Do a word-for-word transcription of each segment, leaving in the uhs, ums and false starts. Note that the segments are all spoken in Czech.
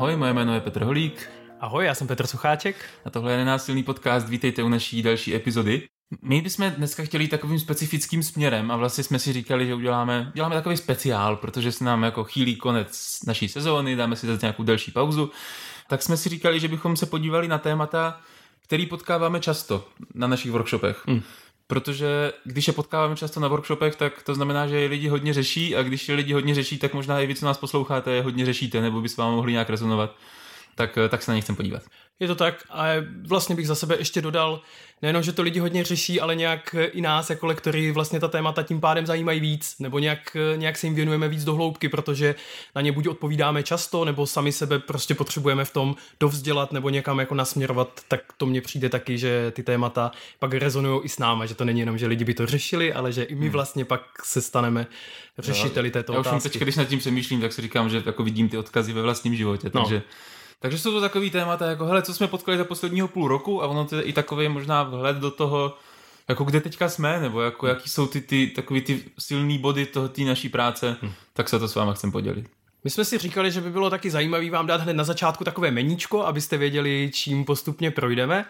Ahoj, moje jméno je Petr Holík. Ahoj, já jsem Petr Sucháček. A tohle je Nenásilný podcast, vítejte u naší další epizody. My bychom dneska chtěli takovým specifickým směrem a vlastně jsme si říkali, že uděláme děláme takový speciál, protože se nám jako chýlí konec naší sezóny, dáme si zase nějakou delší pauzu. Tak jsme si říkali, že bychom se podívali na témata, který potkáváme často na našich workshopech. Mm. Protože když je potkáváme často na workshopech, tak to znamená, že je lidi hodně řeší a když je lidi hodně řeší, tak možná i vy, co nás posloucháte, je hodně řešíte, nebo by s vámi mohli nějak rezonovat. Tak, tak se na ně chcem podívat. Je to tak a vlastně bych za sebe ještě dodal, nejenom, že to lidi hodně řeší, ale nějak i nás jako lektory vlastně ta témata tím pádem zajímají víc, nebo nějak, nějak se jim věnujeme víc do hloubky, protože na ně buď odpovídáme často, nebo sami sebe prostě potřebujeme v tom dovzdělat nebo někam jako nasměrovat, tak to mně přijde taky, že ty témata pak rezonují i s náma, že to není jenom, že lidi by to řešili, ale že i my vlastně pak se staneme řešiteli této já otázky. Já už teď, když nad tím přemýšlím, tak si říkám, že jako vidím ty odkazy ve vlastním životě, takže... No. Takže jsou to takový témata, jako hele, co jsme potkali za posledního půl roku a ono to je i takový možná vhled do toho, jako kde teďka jsme, nebo jako jaký jsou ty, ty takový ty silný body toho, té naší práce, hmm. tak se to s váma chcem podělit. My jsme si říkali, že by bylo taky zajímavý vám dát hned na začátku takové meníčko, abyste věděli, čím postupně projdeme.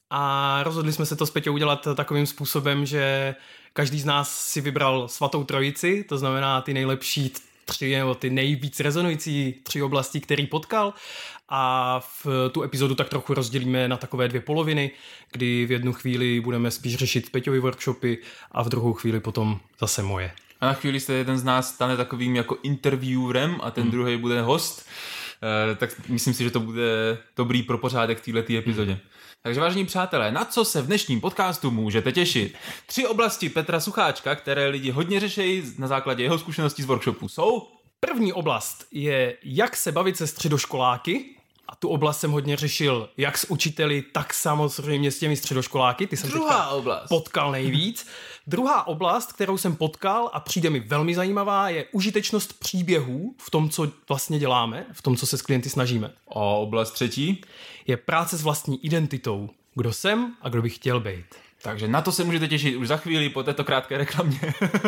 A rozhodli jsme se to s Peťou udělat takovým způsobem, že každý z nás si vybral svatou trojici, to znamená ty nejlepší tři nebo ty nejvíc rezonující tři oblasti, který potkal, a v tu epizodu tak trochu rozdělíme na takové dvě poloviny, kdy v jednu chvíli budeme spíš řešit Peťovy workshopy a v druhou chvíli potom zase moje. A na chvíli se jeden z nás stane takovým jako interviewerem a ten hmm. druhý bude host, e, tak myslím si, že to bude dobrý pro pořádek v této epizodě. Hmm. Takže vážení přátelé, na co se v dnešním podcastu můžete těšit? Tři oblasti Petra Sucháčka, které lidi hodně řeší na základě jeho zkušeností z workshopu, jsou... První oblast je, jak se bavit se středoškoláky. A tu oblast jsem hodně řešil jak s učiteli, tak samozřejmě s těmi středoškoláky. Ty jsem Druhá oblast. potkal nejvíc. Druhá oblast, kterou jsem potkal a přijde mi velmi zajímavá, je užitečnost příběhů v tom, co vlastně děláme, v tom, co se s klienty snažíme. A oblast třetí? Je práce s vlastní identitou. Kdo jsem a kdo bych chtěl být. Takže na to se můžete těšit už za chvíli po této krátké reklamě.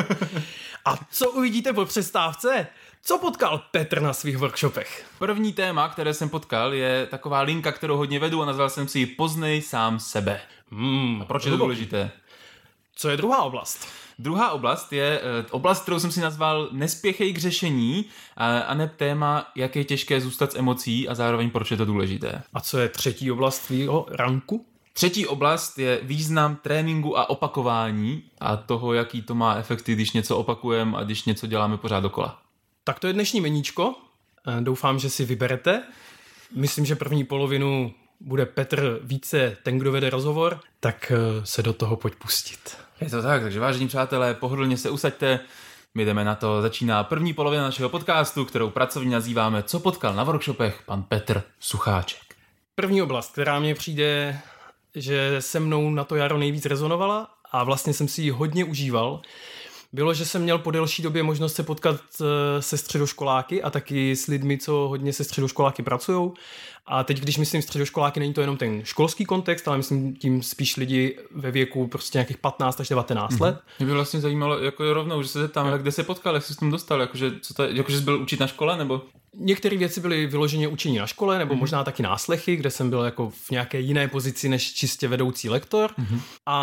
A co uvidíte po přestávce? Co potkal Petr na svých workshopech? První téma, které jsem potkal, je taková linka, kterou hodně vedu a nazval jsem si ji Poznej sám sebe. Hmm, a proč je to důležité? Co je druhá oblast? Druhá oblast je oblast, kterou jsem si nazval Nespěchej k řešení a, a ne téma, jak je těžké zůstat s emocí a zároveň proč je to důležité. A co je třetí oblast tvýho ranku? Třetí oblast je význam tréninku a opakování a toho, jaký to má efekty, když něco opakujeme a když něco děláme pořád dokola. Tak to je dnešní meníčko. Doufám, že si vyberete. Myslím, že první polovinu bude Petr více ten, kdo vede rozhovor, tak se do toho pojď pustit. Je to tak, takže vážení přátelé, pohodlně se usaďte. My jdeme na to. Začíná první polovina našeho podcastu, kterou pracovně nazýváme Co potkal na workshopech pan Petr Sucháček. První oblast, která mně přijde, že se mnou na to jaro nejvíc rezonovala a vlastně jsem si ji hodně užíval, bylo, že jsem měl po delší době možnost se potkat se středoškoláky a taky s lidmi, co hodně se středoškoláky pracujou. A teď, když myslím středoškoláky, není to jenom ten školský kontext, ale myslím tím spíš lidi ve věku prostě nějakých patnáct až devatenáct mm-hmm. let. Mě by vlastně zajímalo, jako rovnou, že se zeptám, no. kde se potkal, jak jsi s tím dostal, jakože, co to, jakože jsi byl učit na škole, nebo? Některé věci byly vyloženě učení na škole, nebo mm-hmm. možná taky náslechy, kde jsem byl jako v nějaké jiné pozici než čistě vedoucí lektor. Mm-hmm.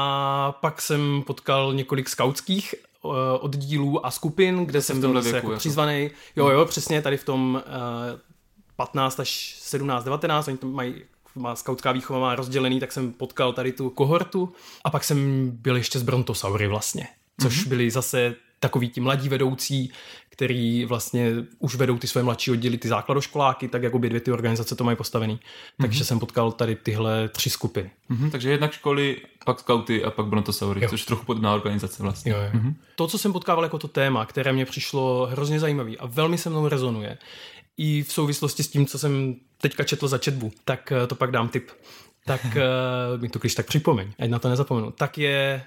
A pak jsem potkal několik skautských oddílů a skupin, kde jsem byl zase jako přizvaný. Jo, jo, přesně tady v tom uh, patnáct až sedmnáct, devatenáct, oni to mají, má skautská výchova má rozdělený, tak jsem potkal tady tu kohortu a pak jsem byl ještě z Brontosaury vlastně, což mm-hmm. byli zase takový ti mladí vedoucí, který vlastně už vedou ty své mladší oddíly, ty základoškoláky, tak jak obě dvě ty organizace to mají postavený. Mm-hmm. Takže jsem potkal tady tyhle tři skupiny. Mm-hmm, takže jednak školy, pak skauty a pak Brontosaury, což je trochu podobná organizace vlastně. Jo, jo. Mm-hmm. To, co jsem potkával jako to téma, které mě přišlo hrozně zajímavý a velmi se mnou rezonuje, i v souvislosti s tím, co jsem teďka četl za četbu, tak to pak dám tip. Tak mi to když tak připomeň, ať na to nezapomenu. Tak je,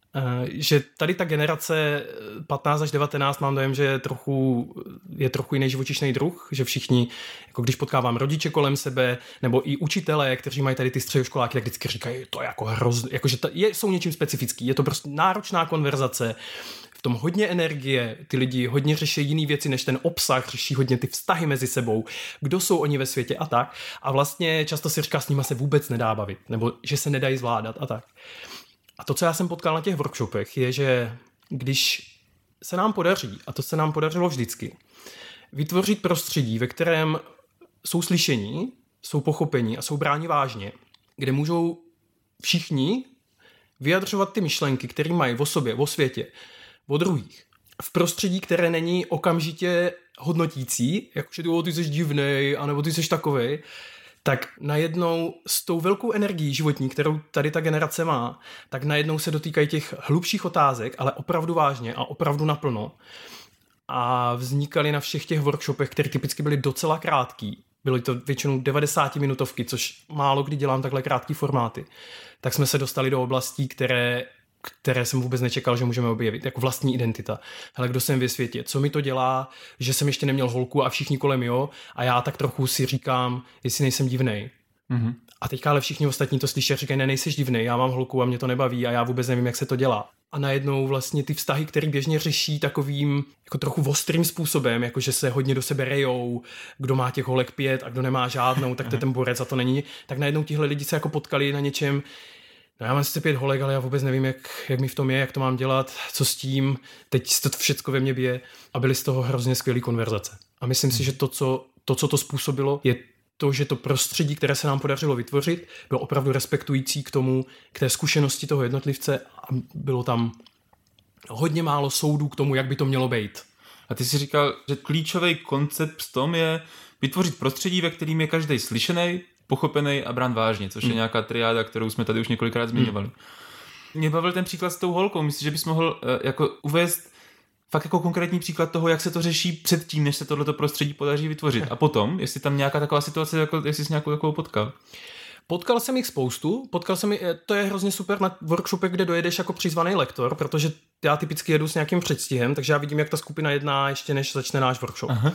že tady ta generace patnáct až devatenáct mám dojem, že je trochu, je trochu jiný živočišný druh, že všichni, jako když potkávám rodiče kolem sebe, nebo i učitelé, kteří mají tady ty středoškoláky, tak vždycky říkají, to je jako hrozně, jakože to je, jsou něčím specifický, je to prostě náročná konverzace. V tom hodně energie, ty lidi hodně řeší jiné věci než ten obsah, řeší hodně ty vztahy mezi sebou, kdo jsou oni ve světě a tak. A vlastně často si říká, s nima se vůbec nedá bavit, nebo že se nedají zvládat a tak. A to, co já jsem potkal na těch workshopech, je, že když se nám podaří, a to se nám podařilo vždycky, vytvořit prostředí, ve kterém jsou slyšení, jsou pochopení a jsou bráni vážně, kde můžou všichni vyjadřovat ty myšlenky, které mají o sobě, o světě, o druhých. V prostředí, které není okamžitě hodnotící, jakože ty, ty jsi divnej, anebo ty jsi takovej, tak najednou s tou velkou energií životní, kterou tady ta generace má, tak najednou se dotýkají těch hlubších otázek, ale opravdu vážně a opravdu naplno. A vznikaly na všech těch workshopech, které typicky byly docela krátký, byly to většinou devadesátiminutovky, což málo kdy dělám takhle krátký formáty, tak jsme se dostali do oblastí, které, které jsem vůbec nečekal, že můžeme objevit, jako vlastní identita. Hele, kdo jsem ve světě, co mi to dělá, že jsem ještě neměl holku a všichni kolem jo, a já tak trochu si říkám, jestli nejsem divnej. Mm-hmm. A teďka ale všichni ostatní to slyší a říkají, ne, nejseš divnej, já mám holku a mě to nebaví a já vůbec nevím, jak se to dělá. A najednou vlastně ty vztahy, které běžně řeší takovým jako trochu ostrým způsobem, jako že se hodně do sebe rejou, kdo má těch holek pět a kdo nemá žádnou, tak to je ten borec a to není, tak najednou tihle lidi se jako potkali na něčem. No já mám sice pět holek, ale já vůbec nevím, jak, jak mi v tom je, jak to mám dělat, co s tím, teď to všecko ve mně bije a byly z toho hrozně skvělý konverzace. A myslím si, že to, co to, co to způsobilo, je to, že to prostředí, které se nám podařilo vytvořit, bylo opravdu respektující k tomu, k té zkušenosti toho jednotlivce a bylo tam hodně málo soudů k tomu, jak by to mělo být. A ty jsi říkal, že klíčový koncept v tom je vytvořit prostředí, ve kterým je každý slyšený, pochopený a brán vážně, což hmm. je nějaká triáda, kterou jsme tady už několikrát zmiňovali. Hmm. Mě bavil ten příklad s tou holkou. Myslíš, že bys mohl uh, jako uvést fakt jako konkrétní příklad toho, jak se to řeší předtím, než se tohleto prostředí podaří vytvořit. A potom, jestli tam nějaká taková situace, jako, jestli jsi nějakou takovou potkal. Potkal jsem jich spoustu, potkal jsem, to je hrozně super na workshopech, kde dojedeš jako přizvaný lektor, protože já typicky jedu s nějakým předstihem, takže já vidím, jak ta skupina jedná ještě než začne náš workshop. Aha.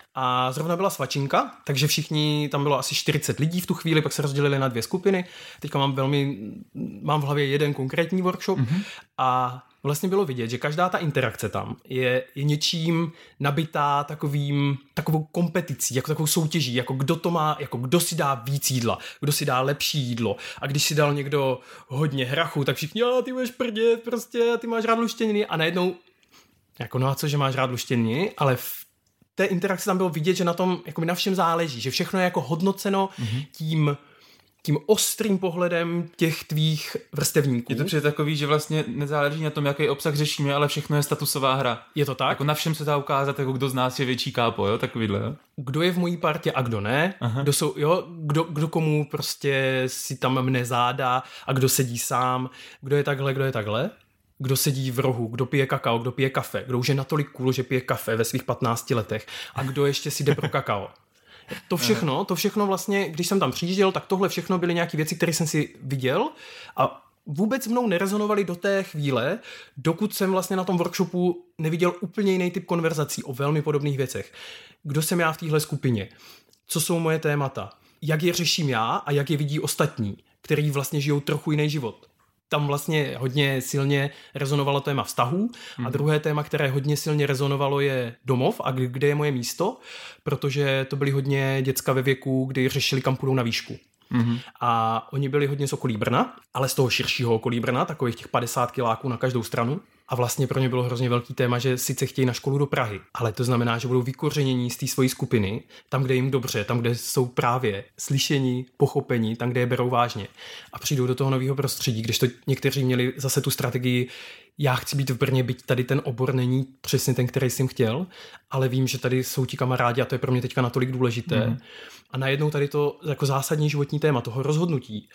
A zrovna byla svačinka, takže všichni, tam bylo asi čtyřicet lidí v tu chvíli, pak se rozdělili na dvě skupiny. Teďka mám velmi, mám v hlavě jeden konkrétní workshop uh-huh. a vlastně bylo vidět, že každá ta interakce tam je, je něčím nabitá takovým, takovou kompeticí, jako takovou soutěží, jako kdo to má, jako kdo si dá víc jídla, kdo si dá lepší jídlo. A když si dal někdo hodně hrachu, tak všichni, a ty budeš prdět prostě, ty máš rád luštěniny. A najednou, jako no a co, že máš rád luštěniny, ale v té interakci tam bylo vidět, že na tom jako na všem záleží, že všechno je jako hodnoceno mm-hmm. tím tím ostrým pohledem těch tvých vrstevníků. Je to přijde takový, že vlastně nezáleží na tom, jaký obsah řešíme, ale všechno je statusová hra. Je to tak? Jako na všem se dá ukázat, jako kdo z nás je větší kápo, jo, takovýhle. Jo? Kdo je v mojí partě a kdo ne, Aha. kdo jsou, jo, kdo, kdo komu prostě si tam mne záda a kdo sedí sám, kdo je takhle, kdo je takhle. Kdo sedí v rohu, kdo pije kakao, kdo pije kafe, kdo už je natolik cool, že pije kafe ve svých patnácti letech a kdo ještě si jde pro kakao. To všechno, to všechno vlastně, když jsem tam přijížděl, tak tohle všechno byly nějaké věci, které jsem si viděl a vůbec mnou nerezonovaly do té chvíle, dokud jsem vlastně na tom workshopu neviděl úplně jiný typ konverzací o velmi podobných věcech. Kdo jsem já v téhle skupině? Co jsou moje témata? Jak je řeším já a jak je vidí ostatní, kteří vlastně žijou trochu jiný život? Tam vlastně hodně silně rezonovalo téma vztahů a hmm. druhé téma, které hodně silně rezonovalo, je domov a kde je moje místo, protože to byly hodně děcka ve věku, kdy řešili, kam půjdou na výšku. Mm-hmm. A oni byli hodně z okolí Brna, ale z toho širšího okolí Brna, takových těch padesát kiláků na každou stranu. A vlastně pro ně bylo hrozně velký téma, že sice chtějí na školu do Prahy, ale to znamená, že budou vykořenění z té svojí skupiny, tam, kde jim dobře, tam, kde jsou právě slyšení, pochopení, tam, kde je berou vážně. A přijdou do toho nového prostředí, když to někteří měli zase tu strategii, já chci být v Brně, byť tady ten obor není přesně ten, který jsem chtěl, ale vím, že tady jsou ti kamarádi a to je pro mě teďka natolik důležité. Mm. A najednou tady to jako zásadní životní téma toho rozhodnutí,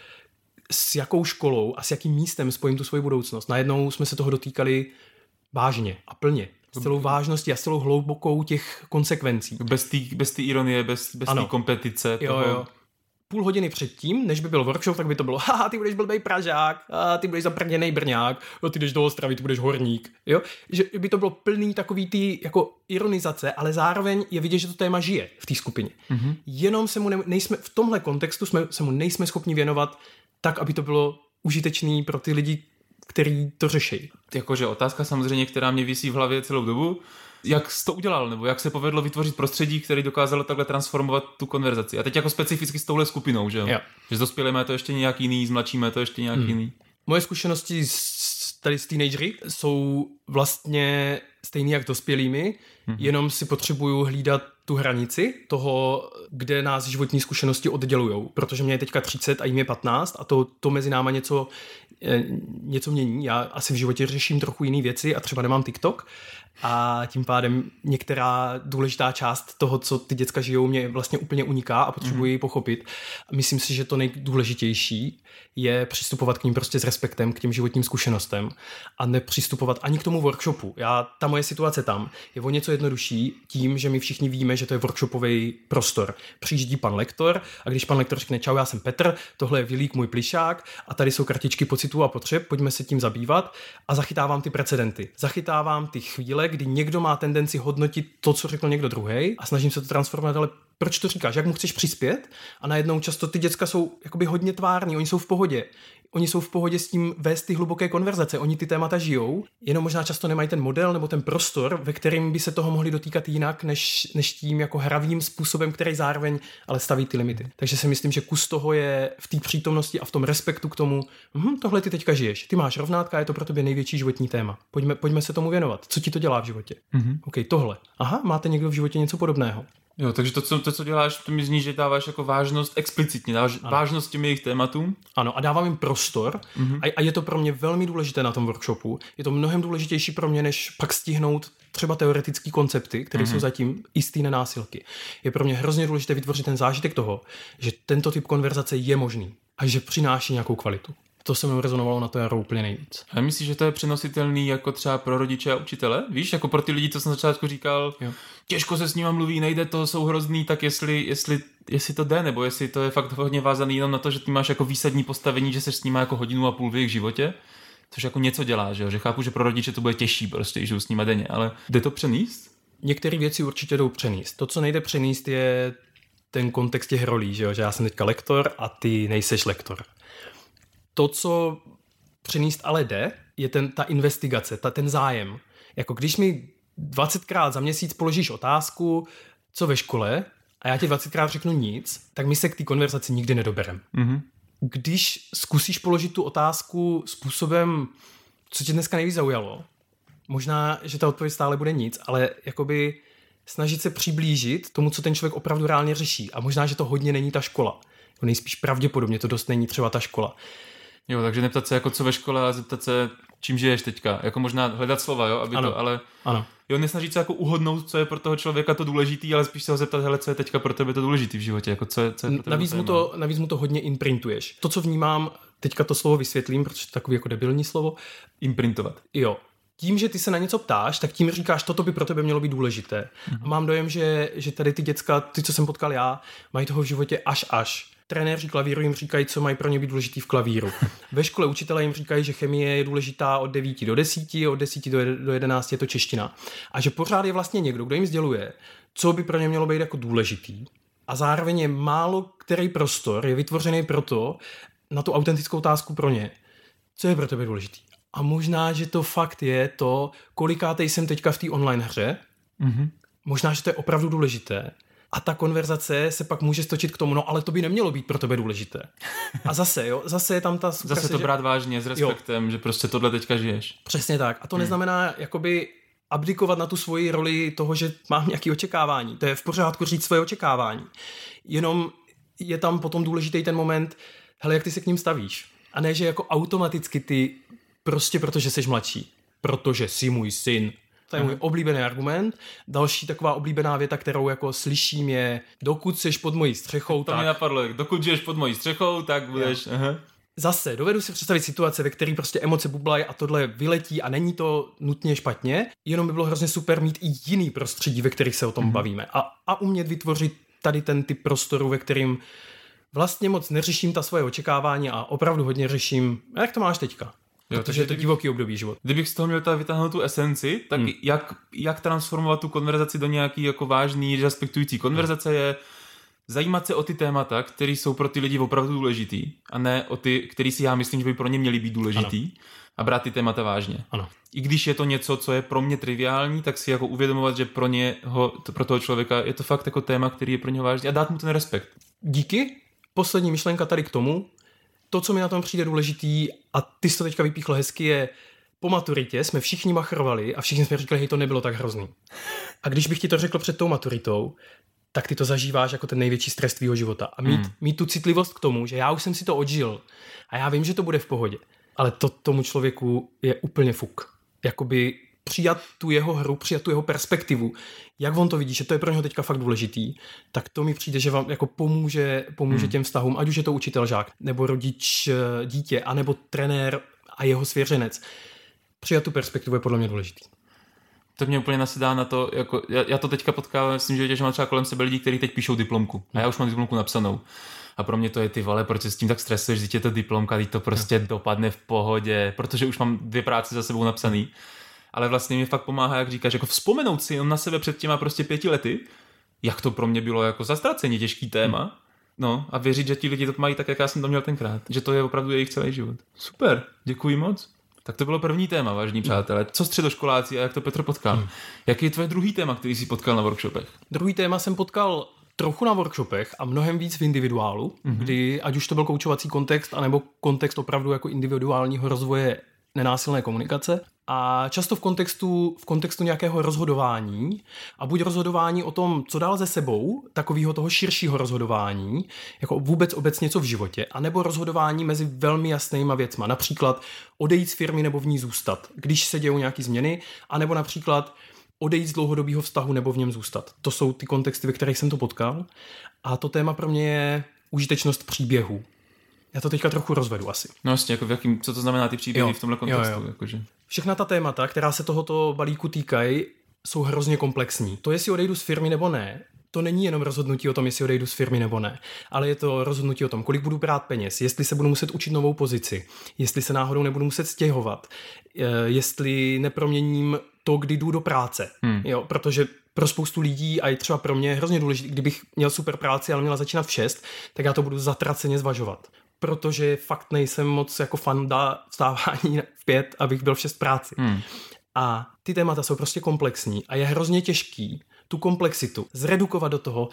s jakou školou a s jakým místem spojím tu svoji budoucnost. Najednou jsme se toho dotýkali vážně a plně. S celou vážností a s celou hloubokou těch konsekvencí. Bez té bez té ironie, bez, bez té kompetice. Jo, toho... jo. Půl hodiny předtím, než by byl workshop, tak by to bylo, haha, ty budeš blbej Pražák, a ty budeš zaprděnej Brňák, a ty jdeš do Ostravy, ty budeš horník. Jo? Že by to bylo plný takový ty jako ironizace, ale zároveň je vidět, že to téma žije v té skupině. Mm-hmm. Jenom se mu ne, nejsme, v tomhle kontextu jsme, se mu nejsme schopni věnovat tak, aby to bylo užitečný pro ty lidi, který to řeší. jakože otázka samozřejmě, která mě visí v hlavě celou dobu. Jak jsi to udělal, nebo jak se povedlo vytvořit prostředí, který dokázalo takhle transformovat tu konverzaci? A teď jako specificky s touhle skupinou, že jo? jo. Že s dospělými je to ještě nějak jiný, s mladšími je to ještě nějak hmm. jiný. Moje zkušenosti s, tady s teenagery jsou vlastně stejný jak dospělými, hmm. jenom si potřebuju hlídat tu hranici toho, kde nás životní zkušenosti oddělujou, protože mě je teďka třicet a jim je patnáct a to, to mezi náma něco, něco mění. Já asi v životě řeším trochu jiné věci a třeba nemám TikTok a tím pádem některá důležitá část toho, co ty děcka žijou, mě vlastně úplně uniká a potřebuji ji pochopit. Myslím si, že to nejdůležitější je přistupovat k ním prostě s respektem, k těm životním zkušenostem a nepřistupovat ani k tomu workshopu. Já, ta moje situace tam je o něco jednodušší tím, že my všichni víme, že to je workshopový prostor. Přijíždí pan lektor a když pan lektor řekne čau, já jsem Petr, tohle je Vilík, můj plišák a tady jsou kartičky pocitů a potřeb, pojďme se tím zabývat a zachytávám ty precedenty. Zachytávám ty chvíle, kdy někdo má tendenci hodnotit to, co řekl někdo druhý a snažím se to transformovat, ale proč to říkáš, jak mu chceš přispět? A najednou často ty děcka jsou jakoby hodně tvární, oni jsou v pohodě. Oni jsou v pohodě s tím vést ty hluboké konverzace, oni ty témata žijou, jenom možná často nemají ten model nebo ten prostor, ve kterým by se toho mohli dotýkat jinak, než, než tím jako hravým způsobem, který zároveň ale staví ty limity. Takže si myslím, že kus toho je v té přítomnosti a v tom respektu k tomu, hm, tohle ty teďka žiješ, ty máš rovnátka, je to pro tebe největší životní téma. Pojďme, pojďme se tomu věnovat. Co ti to dělá v životě? Mm-hmm. OK, tohle. Aha, máte někdo v životě něco podobného? Jo, takže to, co, to, co děláš, to mi zní, že dáváš jako vážnost explicitně, dáváš ano. vážnost těm jejich tématům. Ano, a dávám jim prostor mm-hmm. a, a je to pro mě velmi důležité na tom workshopu. Je to mnohem důležitější pro mě, než pak stihnout třeba teoretické koncepty, které mm-hmm. jsou zatím jistý nenásilky. Je pro mě hrozně důležité vytvořit ten zážitek toho, že tento typ konverzace je možný a že přináší nějakou kvalitu. To se mnou rezonovalo na to jaro úplně nejvíc. A myslíš, že to je přenositelný jako třeba pro rodiče a učitele? Víš, jako pro ty lidi, co jsem na začátku říkal, jo. těžko se s nima mluví, nejde to, jsou hrozný, tak jestli, jestli, jestli to jde, nebo jestli to je fakt hodně vázaný jenom na to, že ty máš jako výsadní postavení, že seš s nima jako hodinu a půl v jejich životě, což jako něco dělá, že jo? Že chápu, že pro rodiče to bude těžší prostě, že s nima denně, ale jde to přenést? Některé věci určitě jdou přenést. To, co nejde přenést, je ten kontext těch rolí, že jo? Že já jsem teďka lektor a ty nejseš lektor. To, co přenést ale jde, je ten, ta investigace, ta, ten zájem. Jako když mi dvacetkrát za měsíc položíš otázku, co ve škole, a já ti dvacetkrát řeknu nic, tak my se k té konverzaci nikdy nedoberem. Mm-hmm. Když zkusíš položit tu otázku způsobem, co tě dneska nejvíc zaujalo, možná, že ta odpověď stále bude nic, ale jakoby snažit se přiblížit tomu, co ten člověk opravdu reálně řeší. A možná, že to hodně není ta škola. Jako nejspíš pravděpodobně to dost není třeba ta škola. Jo, takže neptat se jako co ve škole, ale zeptat se, čím žiješ teďka. Jako možná hledat slova, jo, aby ano. to, ale ano. Jo, nesnažit se jako uhodnout, co je pro toho člověka to důležitý, ale spíš se ho zeptat, hele, co je teďka pro tebe to důležitý v životě, jako co je, co je pro tebe navíc mu to, navíc mu to hodně imprintuješ. To, co vnímám, teďka to slovo vysvětlím, protože to je takový jako debilní slovo. Imprintovat. Jo. Tím, že ty se na něco ptáš, tak tím říkáš, toto by pro tebe mělo být důležité. Mm-hmm. A mám dojem, že, že tady ty děcka, ty, co jsem potkal já, mají toho v životě až až. Trenéři klavíru jim říkají, co mají pro ně být důležitý v klavíru. Ve škole učitelé jim říkají, že chemie je důležitá od devíti do desíti, od desíti do jedenácti je to čeština. A že pořád je vlastně někdo, kdo jim sděluje, co by pro ně mělo být jako důležitý. A zároveň je málo který prostor je vytvořený proto na tu autentickou otázku pro ně. Co je pro tebe důležitý? A možná, že to fakt je to, kolikátej jsem teďka v té online hře. Mm-hmm. Možná, že to je opravdu důležité. A ta konverzace se pak může stočit k tomu, no ale to by nemělo být pro tebe důležité. A zase, jo, zase je tam ta... Zase to že... brát vážně, s respektem, jo. Že prostě tohle teďka žiješ. Přesně tak. A to hmm. neznamená jakoby abdikovat na tu svoji roli toho, že mám nějaké očekávání. To je v pořádku říct svoje očekávání. Jenom je tam potom důležitý ten moment, hele, jak ty se k ním stavíš. A ne, že jako automaticky ty prostě protože jsi mladší. Protože jsi můj syn. To je můj oblíbený argument. Další taková oblíbená věta, kterou jako slyším je, dokud jsi pod mojí střechou, to tak... mi napadlo, dokud žiješ pod mojí střechou, tak budeš... Aha. Zase, dovedu si představit situace, ve které prostě emoce bublají a tohle vyletí a není to nutně špatně, jenom by bylo hrozně super mít i jiný prostředí, ve kterých se o tom mm-hmm. bavíme. A, a umět vytvořit tady ten typ prostoru, ve kterým vlastně moc neřeším ta svoje očekávání a opravdu hodně řeším, jak to máš teďka. Jo, protože je to divoký období život. Kdybych z toho měl teda vytáhnout tu esenci, tak hmm. jak, jak transformovat tu konverzaci do nějaký jako vážný, respektující konverzace je zajímat se o ty témata, které jsou pro ty lidi opravdu důležitý, a ne o ty, který si já myslím, že by pro ně měly být důležitý, ano. a brát ty témata vážně. Ano. I když je to něco, co je pro mě triviální, tak si jako uvědomovat, že pro něho, pro toho člověka je to fakt jako téma, který je pro něho vážný, a dát mu ten respekt. Díky. Poslední myšlenka tady k tomu. To, co mi na tom přijde důležitý, a ty jsi to teďka vypíchl hezky, je po maturitě jsme všichni machrovali a všichni jsme říkali, hej, to nebylo tak hrozný. A když bych ti to řekl před tou maturitou, tak ty to zažíváš jako ten největší stres tvýho života. A mít, hmm. mít tu citlivost k tomu, že já už jsem si to odžil a já vím, že to bude v pohodě. Ale to tomu člověku je úplně fuk. Jakoby přijat tu jeho hru, přijat tu jeho perspektivu, jak on to vidí, že to je pro něho teďka fakt důležitý, tak to mi přijde, že vám jako pomůže, pomůže hmm. těm vztahům, ať už je to učitel žák, nebo rodič dítě, anebo trenér a jeho svěřenec. Přijat tu perspektivu je podle mě důležitý. To mě úplně nasedá na to, jako, já, já to teďka potkávám, myslím, že, že mám třeba kolem sebe lidi, kteří teď píšou diplomku. A já už mám diplomku napsanou. A pro mě to je ty vole, proč se s tím tak stresuješ, že je to diplomka, teď to prostě no. dopadne v pohodě, protože už mám dvě práce za sebou napsaný. Ale vlastně mi fakt pomáhá, jak říkáš, jako vzpomenout si jenom na sebe před těma prostě pěti lety, jak to pro mě bylo jako zastraceně těžký téma. No a věřit, že ti lidi to mají tak, jak já jsem to měl tenkrát. Že to je opravdu jejich celý život. Super, děkuji moc. Tak to bylo první téma, vážní přátelé. Co středoškoláci a jak to Petr potkal? Hmm. Jaký je tvoje druhý téma, který jsi potkal na workshopech? Druhý téma jsem potkal trochu na workshopech a mnohem víc v individuálu, mm-hmm. kdy ať už to byl koučovací kontext, anebo kontext opravdu jako individuálního rozvoje nenásilné komunikace. A často v kontextu, v kontextu nějakého rozhodování, a buď rozhodování o tom, co dál ze sebou, takového toho širšího rozhodování, jako vůbec obecně co v životě, anebo rozhodování mezi velmi jasnýma věcma, například odejít z firmy nebo v ní zůstat, když se dějou nějaký změny, anebo například odejít z dlouhodobého vztahu nebo v něm zůstat. To jsou ty kontexty, ve kterých jsem to potkal. A to téma pro mě je užitečnost příběhů. Já to teďka trochu rozvedu asi. No vlastně, jako v jakým, co to znamená ty příběhy jo, v tomhle kontextu? Jo, jo. Jakože. Všechna ta témata, která se tohoto balíku týkají, jsou hrozně komplexní. To, jestli odejdu z firmy nebo ne, to není jenom rozhodnutí o tom, jestli odejdu z firmy nebo ne, ale je to rozhodnutí o tom, kolik budu brát peněz, jestli se budu muset učit novou pozici, jestli se náhodou nebudu muset stěhovat, jestli neproměním to, kdy jdu do práce. Hmm. Jo, protože pro spoustu lidí, a i třeba pro mě je hrozně důležité, kdybych měl super práci, ale měla začínat v šest, tak já to budu zatraceně zvažovat. Protože fakt nejsem moc jako fanda vstávání v pět, abych byl v šest práci. Hmm. A ty témata jsou prostě komplexní a je hrozně těžký tu komplexitu zredukovat do toho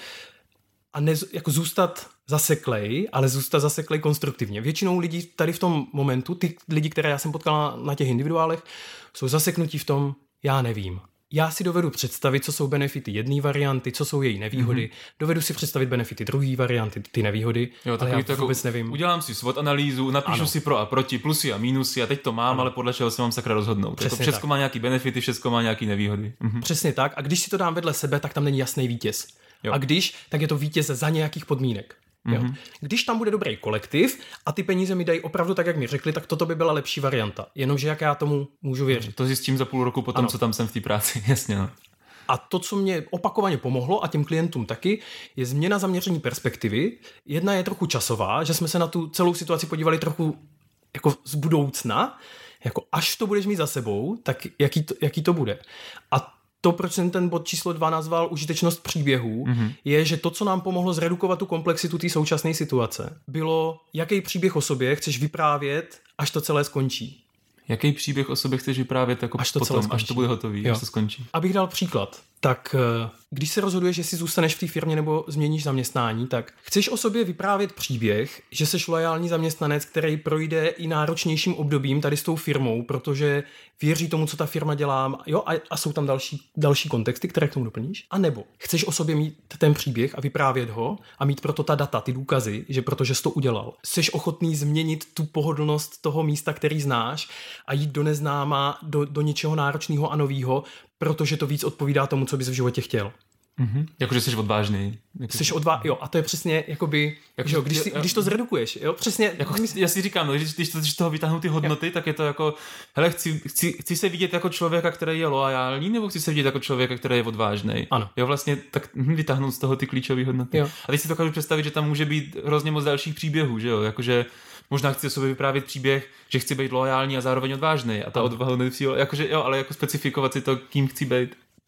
a ne, jako zůstat zaseklej, ale zůstat zaseklej konstruktivně. Většinou lidí tady v tom momentu, ty lidi, které já jsem potkal na, na těch individuálech, jsou zaseknutí v tom, já nevím. Já si dovedu představit, co jsou benefity jedné varianty, co jsou její nevýhody. Mm-hmm. Dovedu si představit benefity druhé varianty, ty nevýhody, jo, ale já to vůbec jako nevím. Udělám si SWOT analýzu, napíšu ano. si pro a proti, plusy a mínusy a teď to mám, ano. ale podle čeho se mám sakra rozhodnout. Jako všechno má nějaký benefity, všechno má nějaký nevýhody. Mhm. Přesně tak. A když si to dám vedle sebe, tak tam není jasný vítěz. Jo. A když, tak je to vítěz za nějakých podmínek. Jo. Mm-hmm. Když tam bude dobrý kolektiv a ty peníze mi dají opravdu tak, jak mi řekli, tak toto by byla lepší varianta. Jenomže jak já tomu můžu věřit. To zjistím za půl roku potom, ano. co tam jsem v té práci. Jasně, no. A to, co mě opakovaně pomohlo a těm klientům taky, je změna zaměření perspektivy. Jedna je trochu časová, že jsme se na tu celou situaci podívali trochu jako z budoucna, jako až to budeš mít za sebou, tak jaký to, jaký to bude. A to, proč jsem ten bod číslo dva nazval užitečnost příběhů, mm-hmm. je, že to, co nám pomohlo zredukovat tu komplexitu té současné situace, bylo, jaký příběh o sobě chceš vyprávět, až to celé skončí. Jaký příběh o sobě chceš vyprávět jako až to potom, až to bude hotový, jo. až to skončí. Abych dal příklad, tak když se rozhoduješ, jestli zůstaneš v té firmě nebo změníš zaměstnání, tak chceš o sobě vyprávět příběh, že jsi loajální zaměstnanec, který projde i náročnějším obdobím tady s tou firmou, protože věří tomu, co ta firma dělá, jo, a, a jsou tam další, další kontexty, které k tomu doplníš. A nebo chceš o sobě mít ten příběh a vyprávět ho a mít proto ta data, ty důkazy, že protože jsi to udělal. Jsi ochotný změnit tu pohodlnost toho místa, který znáš a jít do neznáma, do, do něčeho náročného a nového, protože to víc odpovídá tomu, co bys v životě chtěl. Mm-hmm. Jakože jsi odvážný. Jako... Jsi odvá... Jo, a to je přesně, jakoby, jako, že jo, když, si, když to zredukuješ, jo, přesně. Jako, já si říkám, no, když, když, to, když toho vytáhnu ty hodnoty, jo. tak je to jako, hele, chci, chci, chci se vidět jako člověka, který je loajální, nebo chci se vidět jako člověka, který je odvážný. Ano. Jo, vlastně tak hm, vytáhnout z toho ty klíčové hodnoty. Jo. A teď si dokážu představit, že tam může být hrozně moc dalších příběhů, že jo, jakože možná chci o sobě vyprávět příběh, že chci být loajální a zároveň odvážný a ta odvaha nemusí, jakože jo, ale jako specifikovat si to, kým chci být.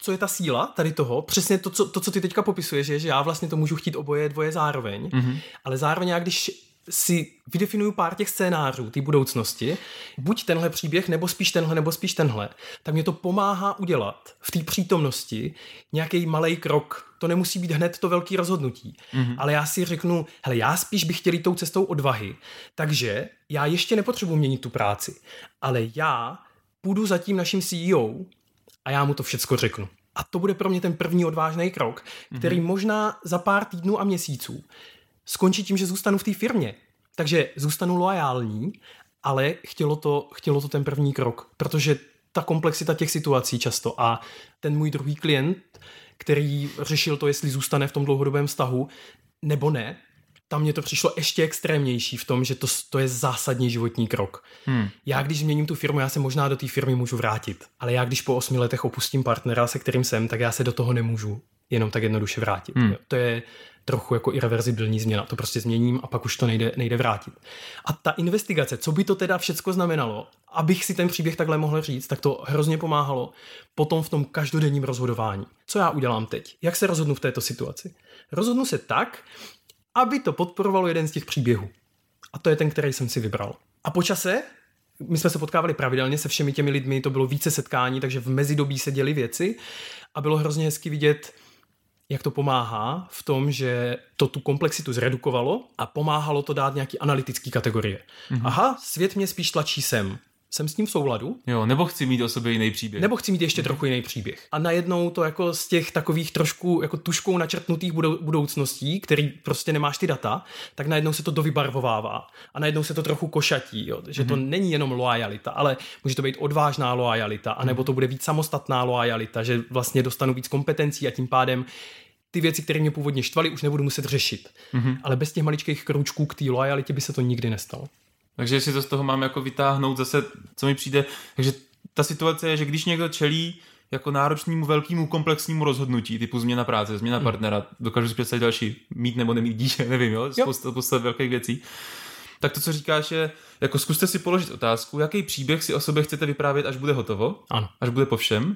co je ta síla tady toho, přesně to, co, to, co ty teďka popisuješ, je, že já vlastně to můžu chtít oboje dvoje zároveň, mm-hmm. ale zároveň já, když si vydefinuju pár těch scénářů té budoucnosti, buď tenhle příběh, nebo spíš tenhle, nebo spíš tenhle, tak mě to pomáhá udělat v té přítomnosti nějaký malej krok. To nemusí být hned to velký rozhodnutí. Mm-hmm. Ale já si řeknu, hele, já spíš bych chtěl jít tou cestou odvahy, takže já ještě nepotřebuji měnit tu práci, ale já půjdu za tím naším C E O a já mu to všecko řeknu. A to bude pro mě ten první odvážný krok, který mm-hmm. možná za pár týdnů a měsíců skončí tím, že zůstanu v té firmě. Takže zůstanu loajální, ale chtělo to, chtělo to ten první krok, protože ta komplexita těch situací často a ten můj druhý klient, který řešil to, jestli zůstane v tom dlouhodobém vztahu nebo ne, tam mě to přišlo ještě extrémnější v tom, že to, to je zásadní životní krok. Hmm. Já když změním tu firmu, já se možná do té firmy můžu vrátit, ale já když po osmi letech opustím partnera, se kterým jsem, tak já se do toho nemůžu jenom tak jednoduše vrátit. Hmm. To je trochu jako irreverzibilní změna. To prostě změním a pak už to nejde, nejde vrátit. A ta investigace, co by to teda všecko znamenalo, abych si ten příběh takhle mohl říct, tak to hrozně pomáhalo potom v tom každodenním rozhodování. Co já udělám teď? Jak se rozhodnu v této situaci? Rozhodnu se tak, aby to podporovalo jeden z těch příběhů. A to je ten, který jsem si vybral. A po čase, my jsme se potkávali pravidelně se všemi těmi lidmi, to bylo více setkání, takže v mezidobí se děly věci a bylo hrozně hezky vidět, jak to pomáhá v tom, že to tu komplexitu zredukovalo a pomáhalo to dát nějaký analytický kategorie. Mm-hmm. Aha, svět mě spíš tlačí sem. Jsem s tím v souladu. Jo, nebo chci mít o sobě jiný příběh. Nebo chci mít ještě mm-hmm. trochu jiný příběh. A najednou to jako z těch takových trošku jako tuškou načrtnutých budou, budoucností, který prostě nemáš ty data, tak najednou se to dovybarvovává. A najednou se to trochu košatí, jo? Že mm-hmm. to není jenom loajalita, ale může to být odvážná loajalita, anebo to bude víc samostatná loajalita, že vlastně dostanu víc kompetencí a tím pádem ty věci, které mě původně štvaly, už nebudu muset řešit. Mm-hmm. Ale bez těch maličkých kroučků k té loajalitě by se to nikdy nestalo. Takže si to z toho mám jako vytáhnout zase, co mi přijde. Takže ta situace je, že když někdo čelí jako náročnému, velkému, komplexnímu rozhodnutí, typu změna práce, změna mm. partnera, dokážu si představit další, mít nebo nemít dítě, nevím, jo, spousta, spousta velkých věcí. Tak to, co říkáš, je, jako zkuste si položit otázku, jaký příběh si o sobě chcete vyprávět, až bude hotovo, ano. až bude po všem,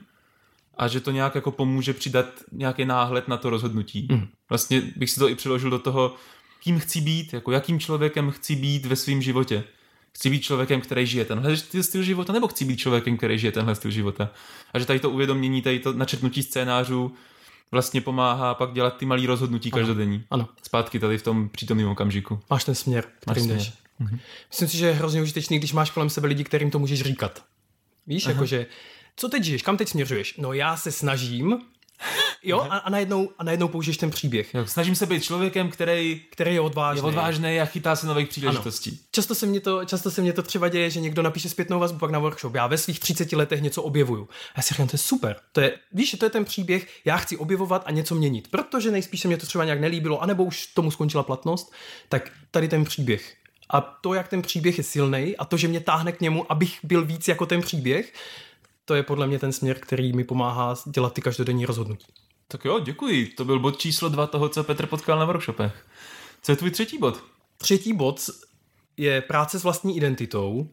a že to nějak jako pomůže přidat nějaký náhled na to rozhodnutí. Mm. Vlastně bych si to i přiložil do toho, kým chci být, jako jakým člověkem chci být ve svém životě. Chci být člověkem, který žije tenhle styl života, nebo chci být člověkem, který žije tenhle styl života. A že tady to uvědomění, tady to načrtnutí scénářů vlastně pomáhá pak dělat ty malý rozhodnutí každodenní. Ano. Zpátky tady v tom přítomném okamžiku. Máš ten směr, kterým jdeš. Mhm. Myslím si, že je hrozně užitečný, když máš kolem sebe lidi, kterým to můžeš říkat. Víš, Aha. jakože, co teď žiješ, kam teď směřuješ? No já se snažím, jo, a, a, najednou, a najednou použiješ ten příběh. Jo, snažím se být člověkem, který, který je odvážný. je odvážný a chytá se nových příležitostí. Ano. Často se mě to, často se mě to třeba děje, že někdo napíše zpětnou vazbu pak na workshop. Já ve svých třiceti letech něco objevuju. A já si říkám, to je super. To je, víš, to je ten příběh, já chci objevovat a něco měnit, protože nejspíš se mě to třeba nějak nelíbilo, anebo už tomu skončila platnost, tak tady ten příběh. A to, jak ten příběh je silnej a to, že mě táhne k němu, abych byl víc jako ten příběh, to je podle mě ten směr, který mi pomáhá dělat ty každodenní rozhodnutí. Tak jo, děkuji. To byl bod číslo dva toho, co Petr potkal na workshopech. Co je tvůj třetí bod? Třetí bod je práce s vlastní identitou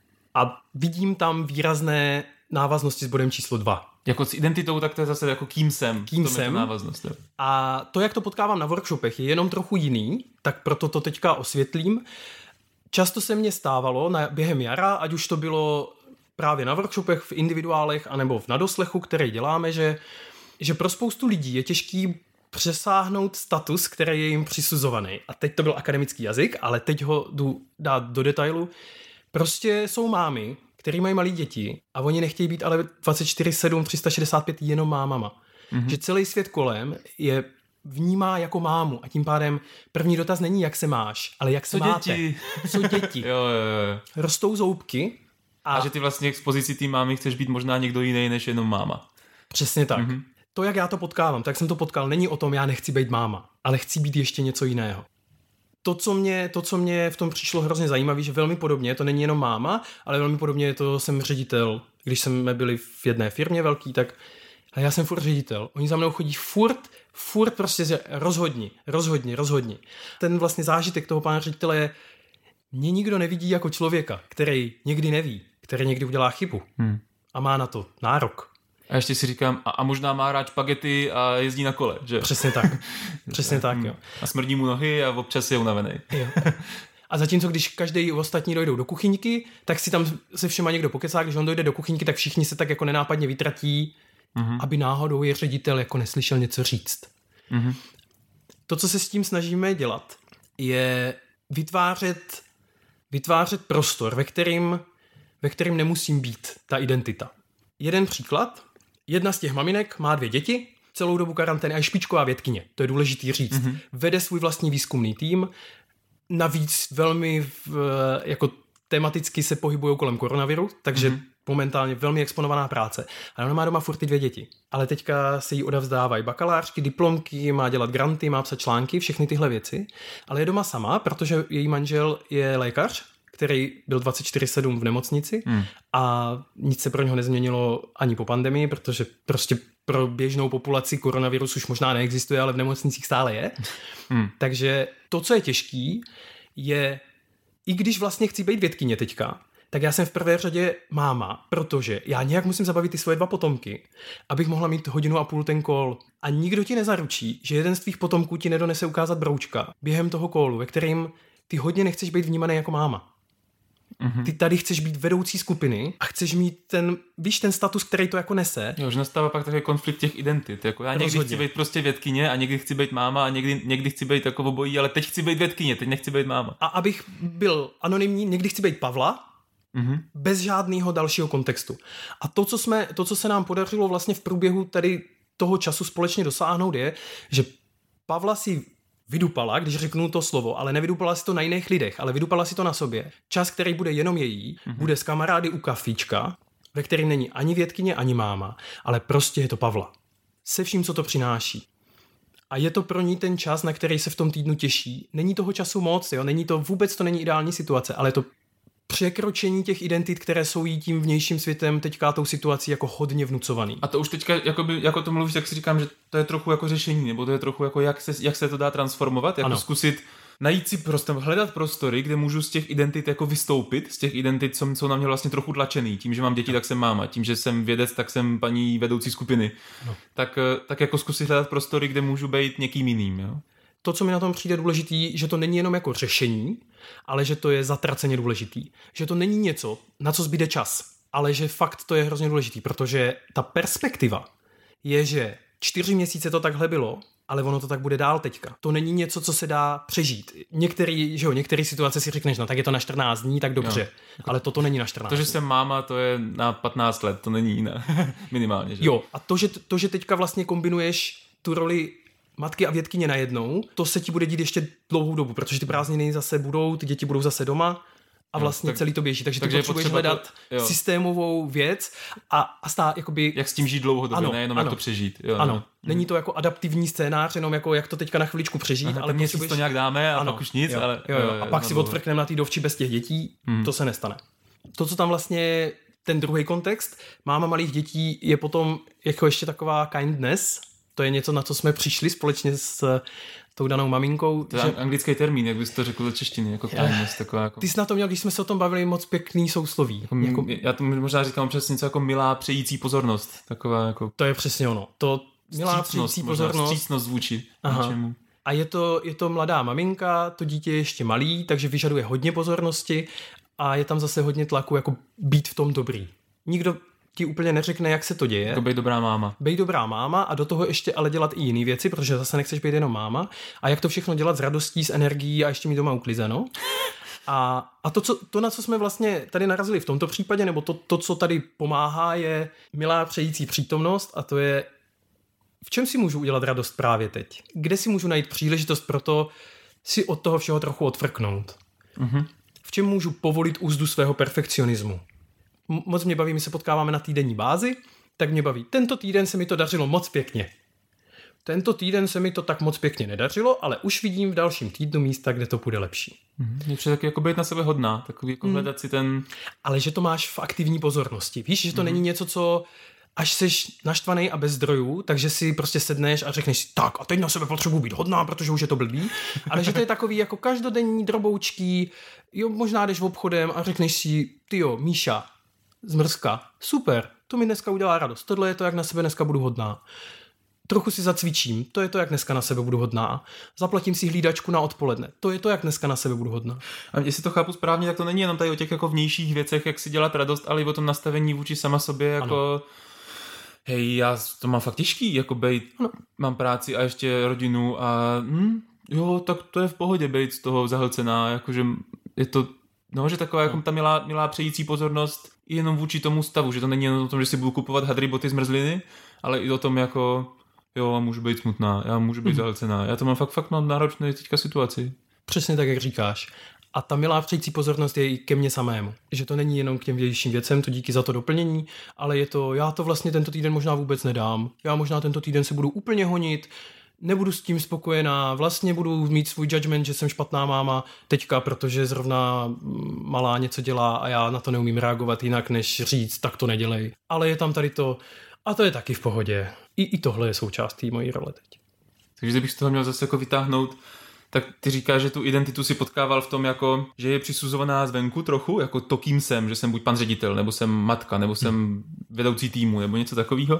a vidím tam výrazné návaznosti s bodem číslo dva. Jako s identitou, tak to je zase jako kým jsem. Kým jsem. Návaznost, jo. A to, jak to potkávám na workshopech, je jenom trochu jiný, tak proto to teďka osvětlím. Často se mně stávalo na, během jara, ať už to bylo právě na workshopech, v individuálech, anebo v nadoslechu, který děláme, že, že pro spoustu lidí je těžký přesáhnout status, který je jim přisuzovaný. A teď to byl akademický jazyk, ale teď ho jdu dát do detailu. Prostě jsou mámy, který mají malí děti a oni nechtějí být ale dvacet čtyři sedm, tři sta šedesát pět jenom mámama. Mm-hmm. Že celý svět kolem je vnímá jako mámu a tím pádem první dotaz není, jak se máš, ale jak se Co máte. Děti? Co děti? jo, jo, jo. Rostou zoubky. A, a že ty vlastně z pozici té mámy chceš být možná někdo jiný než jenom máma. Přesně tak. Mm-hmm. To, jak já to potkávám, tak jsem to potkal, není o tom, já nechci být máma, ale chci být ještě něco jiného. To, co mě, to, co mě v tom přišlo hrozně zajímavé, že velmi podobně, to není jenom máma, ale velmi podobně to jsem ředitel. Když jsme byli v jedné firmě velký, tak a já jsem furt ředitel. Oni za mnou chodí furt, furt prostě rozhodni, rozhodni, rozhodni. Ten vlastně zážitek toho pána ředitele je, mě nikdo nevidí jako člověka, který někdy neví, který někdy udělá chybu hmm. a má na to nárok. A ještě si říkám, a, a možná má rád špagety a jezdí na kole, že? Přesně tak. Přesně tak, jo. A smrdí mu nohy a občas je unavený. Jo. A zatímco, když každý ostatní dojdou do kuchyňky, tak si tam se všema někdo pokecá, když on dojde do kuchyňky, tak všichni se tak jako nenápadně vytratí, mm-hmm. aby náhodou je ředitel jako neslyšel něco říct. Mm-hmm. To, co se s tím snažíme dělat, je vytvářet, vytvářet prostor, ve kterým, ve kterým nemusím být ta identita. Jeden příklad. Jedna z těch maminek má dvě děti, celou dobu karantény a je špičková vědkyně. To je důležitý říct. Mm-hmm. Vede svůj vlastní výzkumný tým, navíc velmi v, jako tematicky se pohybují kolem koronaviru, takže mm-hmm. momentálně velmi exponovaná práce. Ale ona má doma furt ty dvě děti. Ale teďka se jí odevzdávají bakalářky, diplomky, má dělat granty, má psat články, všechny tyhle věci. Ale je doma sama, protože její manžel je lékař, který byl dvacet čtyři sedm v nemocnici hmm. a nic se pro něho nezměnilo ani po pandemii, protože prostě pro běžnou populaci koronavirus už možná neexistuje, ale v nemocnicích stále je. Hmm. Takže to, co je těžký, je, i když vlastně chci být vědkyně teďka, tak já jsem v prvé řadě máma, protože já nějak musím zabavit ty svoje dva potomky, abych mohla mít hodinu a půl ten call. A nikdo ti nezaručí, že jeden z tvých potomků ti nedonese ukázat broučka během toho callu, ve kterým ty hodně nechceš být vnímaný jako máma. Mm-hmm. Ty tady chceš být vedoucí skupiny a chceš mít ten, víš, ten status, který to jako nese. Jo, že nastává pak takový konflikt těch identit. Jako já někdy Rozhodně. chci být prostě vědkyně a někdy chci být máma a někdy, někdy chci být jako obojí, ale teď chci být vědkyně, teď nechci být máma. A abych byl anonymní, někdy chci být Pavla, mm-hmm. bez žádného dalšího kontextu. A to co, jsme, to, co se nám podařilo vlastně v průběhu tady toho času společně dosáhnout, je, že Pavla si vydupala, když řeknu to slovo, ale nevydupala si to na jiných lidech, ale vydupala si to na sobě. Čas, který bude jenom její, mm-hmm. bude s kamarády u kafíčka, ve kterém není ani vědkyně, ani máma, ale prostě je to Pavla. Se vším, co to přináší. A je to pro ní ten čas, na který se v tom týdnu těší. Není toho času moc, jo? Není to, vůbec to není ideální situace, ale je to překročení těch identit, které jsou jí tím vnějším světem teďka tou situací jako hodně vnucovaný. A to už teďka, jakoby, jako to mluvíš, tak si říkám, že to je trochu jako řešení, nebo to je trochu jako jak se, jak se to dá transformovat, jako ano. zkusit najít si prostor, hledat prostory, kde můžu z těch identit jako vystoupit, z těch identit, co jsou na mě vlastně trochu tlačený. Tím, že mám děti, tak jsem máma, tím, že jsem vědec, tak jsem paní vedoucí skupiny. No. Tak, tak jako zkusit hledat prostory, kde můžu být někým jiným, jo. To, co mi na tom přijde důležitý, že to není jenom jako řešení, ale že to je zatraceně důležitý. Že to není něco, na co zbyde čas, ale že fakt to je hrozně důležitý, protože ta perspektiva je, že čtyři měsíce to takhle bylo, ale ono to tak bude dál teďka. To není něco, co se dá přežít. Některý, že jo, některé situace si řekneš, no tak je to na čtrnáct dní, tak dobře, jo. Ale toto není na čtrnáct. To, že jsem máma, to je na patnáct let, to není na minimálně, že? Jo, a to, že, to, že teďka vlastně kombinuješ tu roli matky a vědkyně najednou, to se ti bude dít ještě dlouhou dobu, protože ty prázdniny zase budou, ty děti budou zase doma a vlastně no, tak, celý to běží. Takže ty potřebuješ hledat to, systémovou věc a, a stát jakoby... Jak s tím žít dlouhodobě, nejenom jak to přežít. Jo, ano, no. Není to jako adaptivní scénář, jenom jako jak to teďka na chviličku přežít. Aha, ale měsíc potřebuješ... to nějak dáme a ano, pak už nic. Jo, ale... jo, jo, a pak no, si odfrkneme na té dovči bez těch dětí, hmm. to se nestane. To, co tam vlastně ten druhý kontext, máma malých dětí je potom jako ještě taková kindness. To je něco, na co jsme přišli společně s tou danou maminkou. To je že... anglický termín, jak bys to řekl do češtiny, jako kindness, taková jako... Ty jsi na to měl, když jsme se o tom bavili, moc pěkný sousloví. Jako, jako... Já to možná říkám přesně něco jako milá přející pozornost. Taková jako... To je přesně ono. To milá přející pozornost. Střícnost vůči něčemu. A je to, je to mladá maminka, to dítě je ještě malý, takže vyžaduje hodně pozornosti a je tam zase hodně tlaku jako být v tom dobrý. Nikdo ti úplně neřekne, jak se to děje. Jako bej dobrá máma. Bej dobrá máma a do toho ještě ale dělat i jiné věci, protože zase nechceš být jenom máma. A jak to všechno dělat s radostí, s energií a ještě mít doma uklizeno. A, a to, co, to, na co jsme vlastně tady narazili v tomto případě, nebo to, to, co tady pomáhá, je milá přející přítomnost a to je, v čem si můžu udělat radost právě teď? Kde si můžu najít příležitost pro to si od toho všeho trochu odfrknout? Mm-hmm. V čem můžu povolit úzdu svého perfekcionismu? Moc mě baví, my se potkáváme na týdenní bázi, tak mě baví. Tento týden se mi to dařilo moc pěkně. Tento týden se mi to tak moc pěkně nedařilo, ale už vidím v dalším týdnu místa, kde to bude lepší. Mm-hmm. Je taky jako být na sebe hodná, takový jako hledat mm. si ten... Ale že to máš v aktivní pozornosti. Víš, že to mm-hmm. není něco, co až seš naštvaný a bez zdrojů, takže si prostě sedneš a řekneš si, tak a teď na sebe potřebuji být hodná, protože už je to blbý. Ale že to je takový jako každodenní droboučký, jo, možná jdeš v obchodem a řekneš si, tyjo, Míša, zmrzka, super, to mi dneska udělá radost, tohle je to, jak na sebe dneska budu hodná. Trochu si zacvičím, to je to, jak dneska na sebe budu hodná. Zaplatím si hlídačku na odpoledne, to je to, jak dneska na sebe budu hodná. A jestli to chápu správně, tak to není jenom tady o těch jako vnějších věcech, jak si dělat radost, ale i o tom nastavení vůči sama sobě, jako ano. Hej, já to mám fakt těžký, jako bejt, ano. Mám práci a ještě rodinu a hm, jo, tak to je v pohodě bejt z toho zahlcená, jakože je to, no, že taková jako ta milá, milá přející pozornost jenom vůči tomu stavu, že to není jenom o tom, že si budu kupovat hadry boty z mrzliny, ale i o tom jako jo, já můžu být smutná, já můžu být mm. zahlcená. Já to mám fakt, fakt mám náročnou teďka situaci. Přesně tak, jak říkáš. A ta milá přející pozornost je i ke mně samému. Že to není jenom k těm vnějším věcem, to díky za to doplnění, ale je to, já to vlastně tento týden možná vůbec nedám. Já možná tento týden se budu úplně honit, nebudu s tím spokojená, vlastně budu mít svůj judgment, že jsem špatná máma teďka, protože zrovna malá něco dělá a já na to neumím reagovat jinak, než říct, tak to nedělej. Ale je tam tady to, a to je taky v pohodě. I, i tohle je součástí mojí role teď. Takže kdybych z toho měl zase jako vytáhnout, tak ty říkáš, že tu identitu si potkával v tom, jako, že je přisuzovaná zvenku trochu, jako to, kým jsem, že jsem buď pan ředitel, nebo jsem matka, nebo jsem vedoucí týmu, nebo něco takového.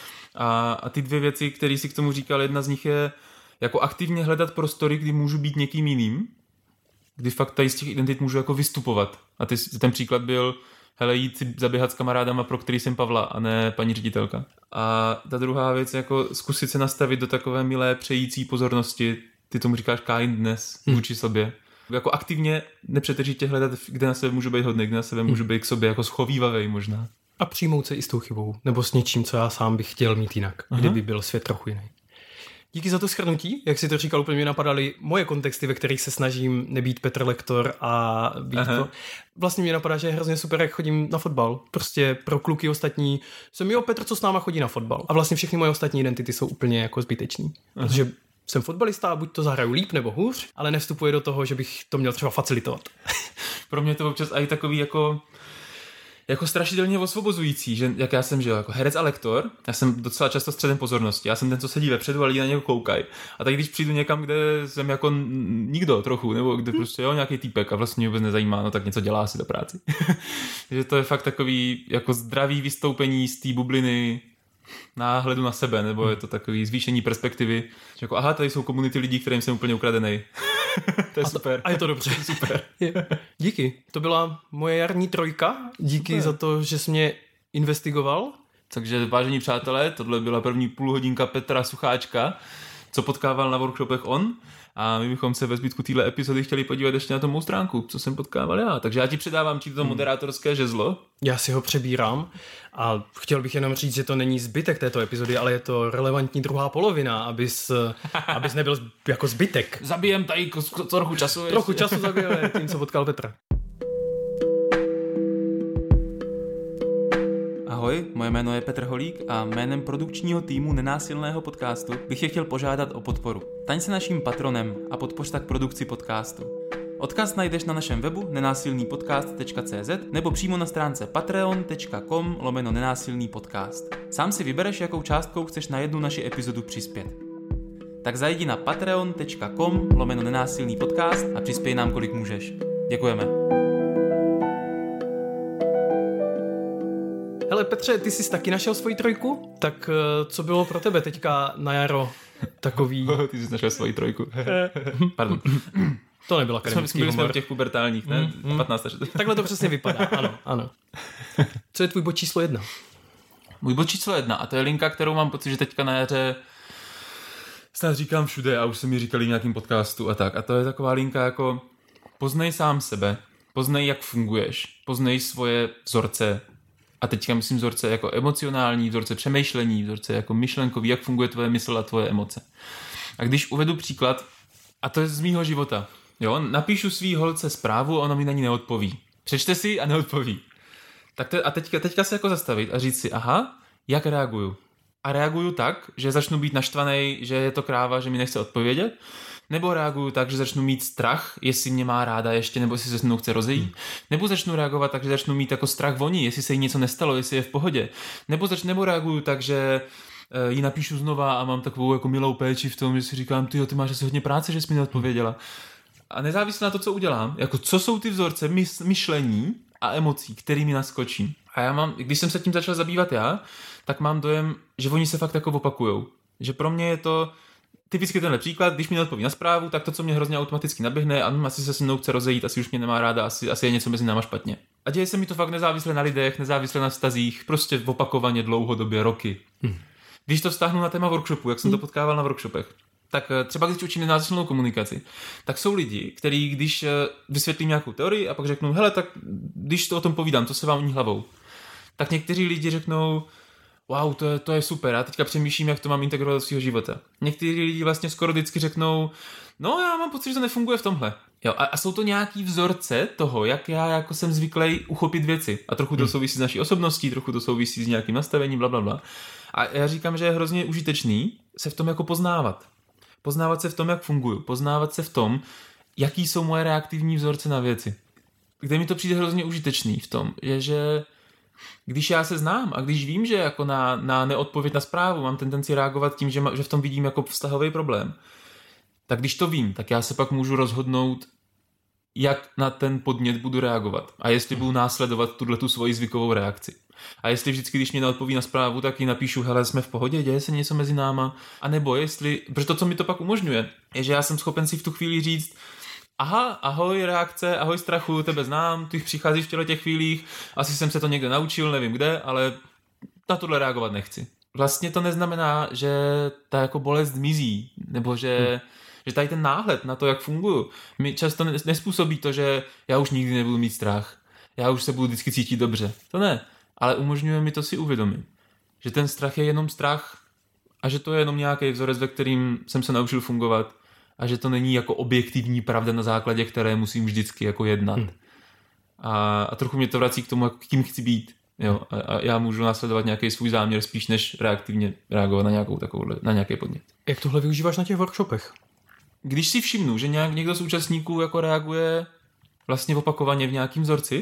A, a ty dvě věci, které si k tomu říkal, jedna z nich je jako aktivně hledat prostory, kdy můžu být někým jiným, kdy fakt tady z těch identit můžu jako vystupovat. A ty, ten příklad byl, hele, jít si zaběhat s kamarádama, pro který jsem Pavla, a ne paní ředitelka. A ta druhá věc je jako zkusit se nastavit do takové milé přející pozornosti, ty tomu říkáš kindness vůči hmm. sobě. Jako aktivně nepřetržitě hledat, kde na sebe můžu být hodný, kde na sebe můžu být k sobě jako schovívavej možná. A přijmout se i s tou chybou, nebo s něčím, co já sám bych chtěl mít jinak, Aha. kdyby byl svět trochu jiný. Díky za to shrnutí, jak si to říkal, úplně mě napadaly moje kontexty, ve kterých se snažím nebýt Petr Lektor a být Aha. to. Vlastně mě napadá, že je hrozně super, jak chodím na fotbal. Prostě pro kluky ostatní jsem jo Petr, co s náma chodí na fotbal. A vlastně všechny moje ostatní identity jsou úplně jako zbyteční. Aha. Protože jsem fotbalista a buď to zahraju líp nebo hůř, ale nevstupuje do toho, že bych to měl třeba facilitovat. Pro mě to občas i takový jako jako strašidelně osvobozující, že jak já jsem žil jako herec a lektor, já jsem docela často středem pozornosti, já jsem ten, co sedí vepředu a lidi na něho koukají. A tak když přijdu někam, kde jsem jako nikdo trochu, nebo kde prostě jo, nějaký týpek a vlastně mě vůbec nezajímá, no tak něco dělá asi do práci. že to je fakt takový jako zdravý vystoupení z té bubliny náhledu na sebe, nebo je to takový zvýšení perspektivy, že jako aha, tady jsou komunity lidí, kterým jsem úplně ukradenej. To je a super. A je to dobře. Super. Díky. To byla moje jarní trojka. Díky super. Za to, že jsi mě investigoval. Takže vážení přátelé, tohle byla první půlhodinka Petra Sucháčka, co potkával na workshopech on. A my bychom se ve zbytku téhle epizody chtěli podívat ještě na tu mou stránku, co jsem potkával já. Takže já ti předávám ti to hmm. moderátorské žezlo. Já si ho přebírám a chtěl bych jenom říct, že to není zbytek této epizody, ale je to relevantní druhá polovina, abys, abys nebyl jako zbytek. Zabijem tady trochu času. Trochu času zabijeme tím, co potkal Petra. Ahoj, moje jméno je Petr Holík a jménem produkčního týmu Nenásilného podcastu bych je chtěl požádat o podporu. Staň se naším patronem a podpoř tak produkci podcastu. Odkaz najdeš na našem webu nenásilnýpodcast tečka cé zet nebo přímo na stránce patreon tečka com lomeno nenásilný podcast. Sám si vybereš, jakou částkou chceš na jednu naši epizodu přispět. Tak zajdi na patreon tečka com lomeno nenásilný podcast a přispěj nám, kolik můžeš. Děkujeme. Hele Petře, ty jsi taky našel svoji trojku? Tak co bylo pro tebe teďka na jaro takový... Ty jsi našel svoji trojku. Pardon. To nebyl akademický humor. Byli jsme v těch pubertálních, ne? Mm, mm. patnáct. Takhle to přesně vypadá, ano, ano. Co je tvůj bod číslo jedna? Můj bod číslo jedna, a to je linka, kterou mám pocit, že teďka na jaře snad říkám všude a už jsem mi říkali v nějakým podcastu a tak. A to je taková linka jako poznej sám sebe, poznej, jak funguješ, poznej svoje vzorce. A teďka myslím vzorce jako emocionální, vzorce přemýšlení, vzorce jako myšlenkový, jak funguje tvoje mysl a tvoje emoce. A když uvedu příklad, a to je z mýho života, jo, napíšu svý holce zprávu a ona mi na ní neodpoví. Přečte si a neodpoví. Tak to, a teďka, teďka se jako zastavit a říct si, aha, jak reaguju? A reaguju tak, že začnu být naštvaný, že je to kráva, že mi nechce odpovědět, nebo reaguju tak, že začnu mít strach, jestli mě má ráda ještě, nebo jestli se s mnou chce rozejít. Hmm. Nebo začnu reagovat tak, že začnu mít jako strach voní, jestli se jí něco nestalo, jestli je v pohodě. Nebo, zač, nebo reaguju tak, že uh, jí napíšu znova a mám takovou jako milou péči v tom, že si říkám, tyjo, ty máš asi hodně práce, že jsi mi neodpověděla. A nezávisle na to, co udělám, jako co jsou ty vzorce mys- myšlení a emocí, kterými naskočím. A já mám, když jsem se tím začal zabývat já, tak mám dojem, že oni se fakt jako opakujou. Že pro mě je to typicky tenhle příklad, když mi neodpoví na zprávu, tak to, co mě hrozně automaticky naběhne, a asi se se mnou chce rozejít, asi už mě nemá ráda, asi, asi je něco mezi náma špatně. A děje se mi to fakt nezávisle na lidech, nezávisle na vztazích, prostě opakovaně dlouhodobě, roky. Hmm. Když to vztáhnu na téma workshopu, jak jsem to potkával na workshopech, tak třeba když učím nenásilnou komunikaci, tak jsou lidi, kteří když vysvětlím nějakou teorii a pak řeknou, hele, tak když to o tom povídám, to se vám uní hlavou. Tak někteří lidi řeknou, wow, to je, to je super, já teďka přemýšlím, jak to mám integrovat do svého života. Někteří lidi vlastně skoro vždycky řeknou, no já mám pocit, že to nefunguje v tomhle. Jo, a, a jsou to nějaký vzorce toho, jak já jako jsem zvyklý uchopit věci. A trochu to hmm. souvisí s naší osobností, trochu to souvisí s nějakým nastavením, blablabla. A já říkám, že je hrozně užitečný se v tom jako poznávat. Poznávat se v tom, jak funguju. Poznávat se v tom, jaký jsou moje reaktivní vzorce na věci. Kde mi to přijde hrozně užitečný v tom, je, že když já se znám a když vím, že jako na, na neodpověď na zprávu mám tendenci reagovat tím, že, ma, že v tom vidím jako vztahový problém, tak když to vím, tak já se pak můžu rozhodnout, jak na ten podnět budu reagovat a jestli budu následovat tuhletu svoji zvykovou reakci. A jestli vždycky, když mě neodpoví na zprávu, tak ji napíšu, hele, jsme v pohodě, děje se něco mezi náma, a nebo jestli, protože to, co mi to pak umožňuje, je, že já jsem schopen si v tu chvíli říct, aha, ahoj reakce, ahoj strachu, tebe znám, ty přicházíš v těle těch chvílích, asi jsem se to někde naučil, nevím kde, ale na tohle reagovat nechci. Vlastně to neznamená, že ta jako bolest zmizí, nebo že, hmm. že tady ten náhled na to, jak funguju, mi často nespůsobí to, že já už nikdy nebudu mít strach, já už se budu vždycky cítit dobře. To ne, ale umožňuje mi to si uvědomit, že ten strach je jenom strach a že to je jenom nějaký vzorec, ve kterým jsem se naučil fungovat, a že to není jako objektivní pravda, na základě které musím vždycky jako jednat. Hmm. A, a trochu mě to vrací k tomu, jak kým chci být. Jo? A, a já můžu následovat nějaký svůj záměr spíš, než reaktivně reagovat na nějakou takovou, na nějaký podnět. Jak tohle využíváš na těch workshopech? Když si všimnu, že nějak, někdo z účastníků jako reaguje vlastně opakovaně v nějakým vzorci,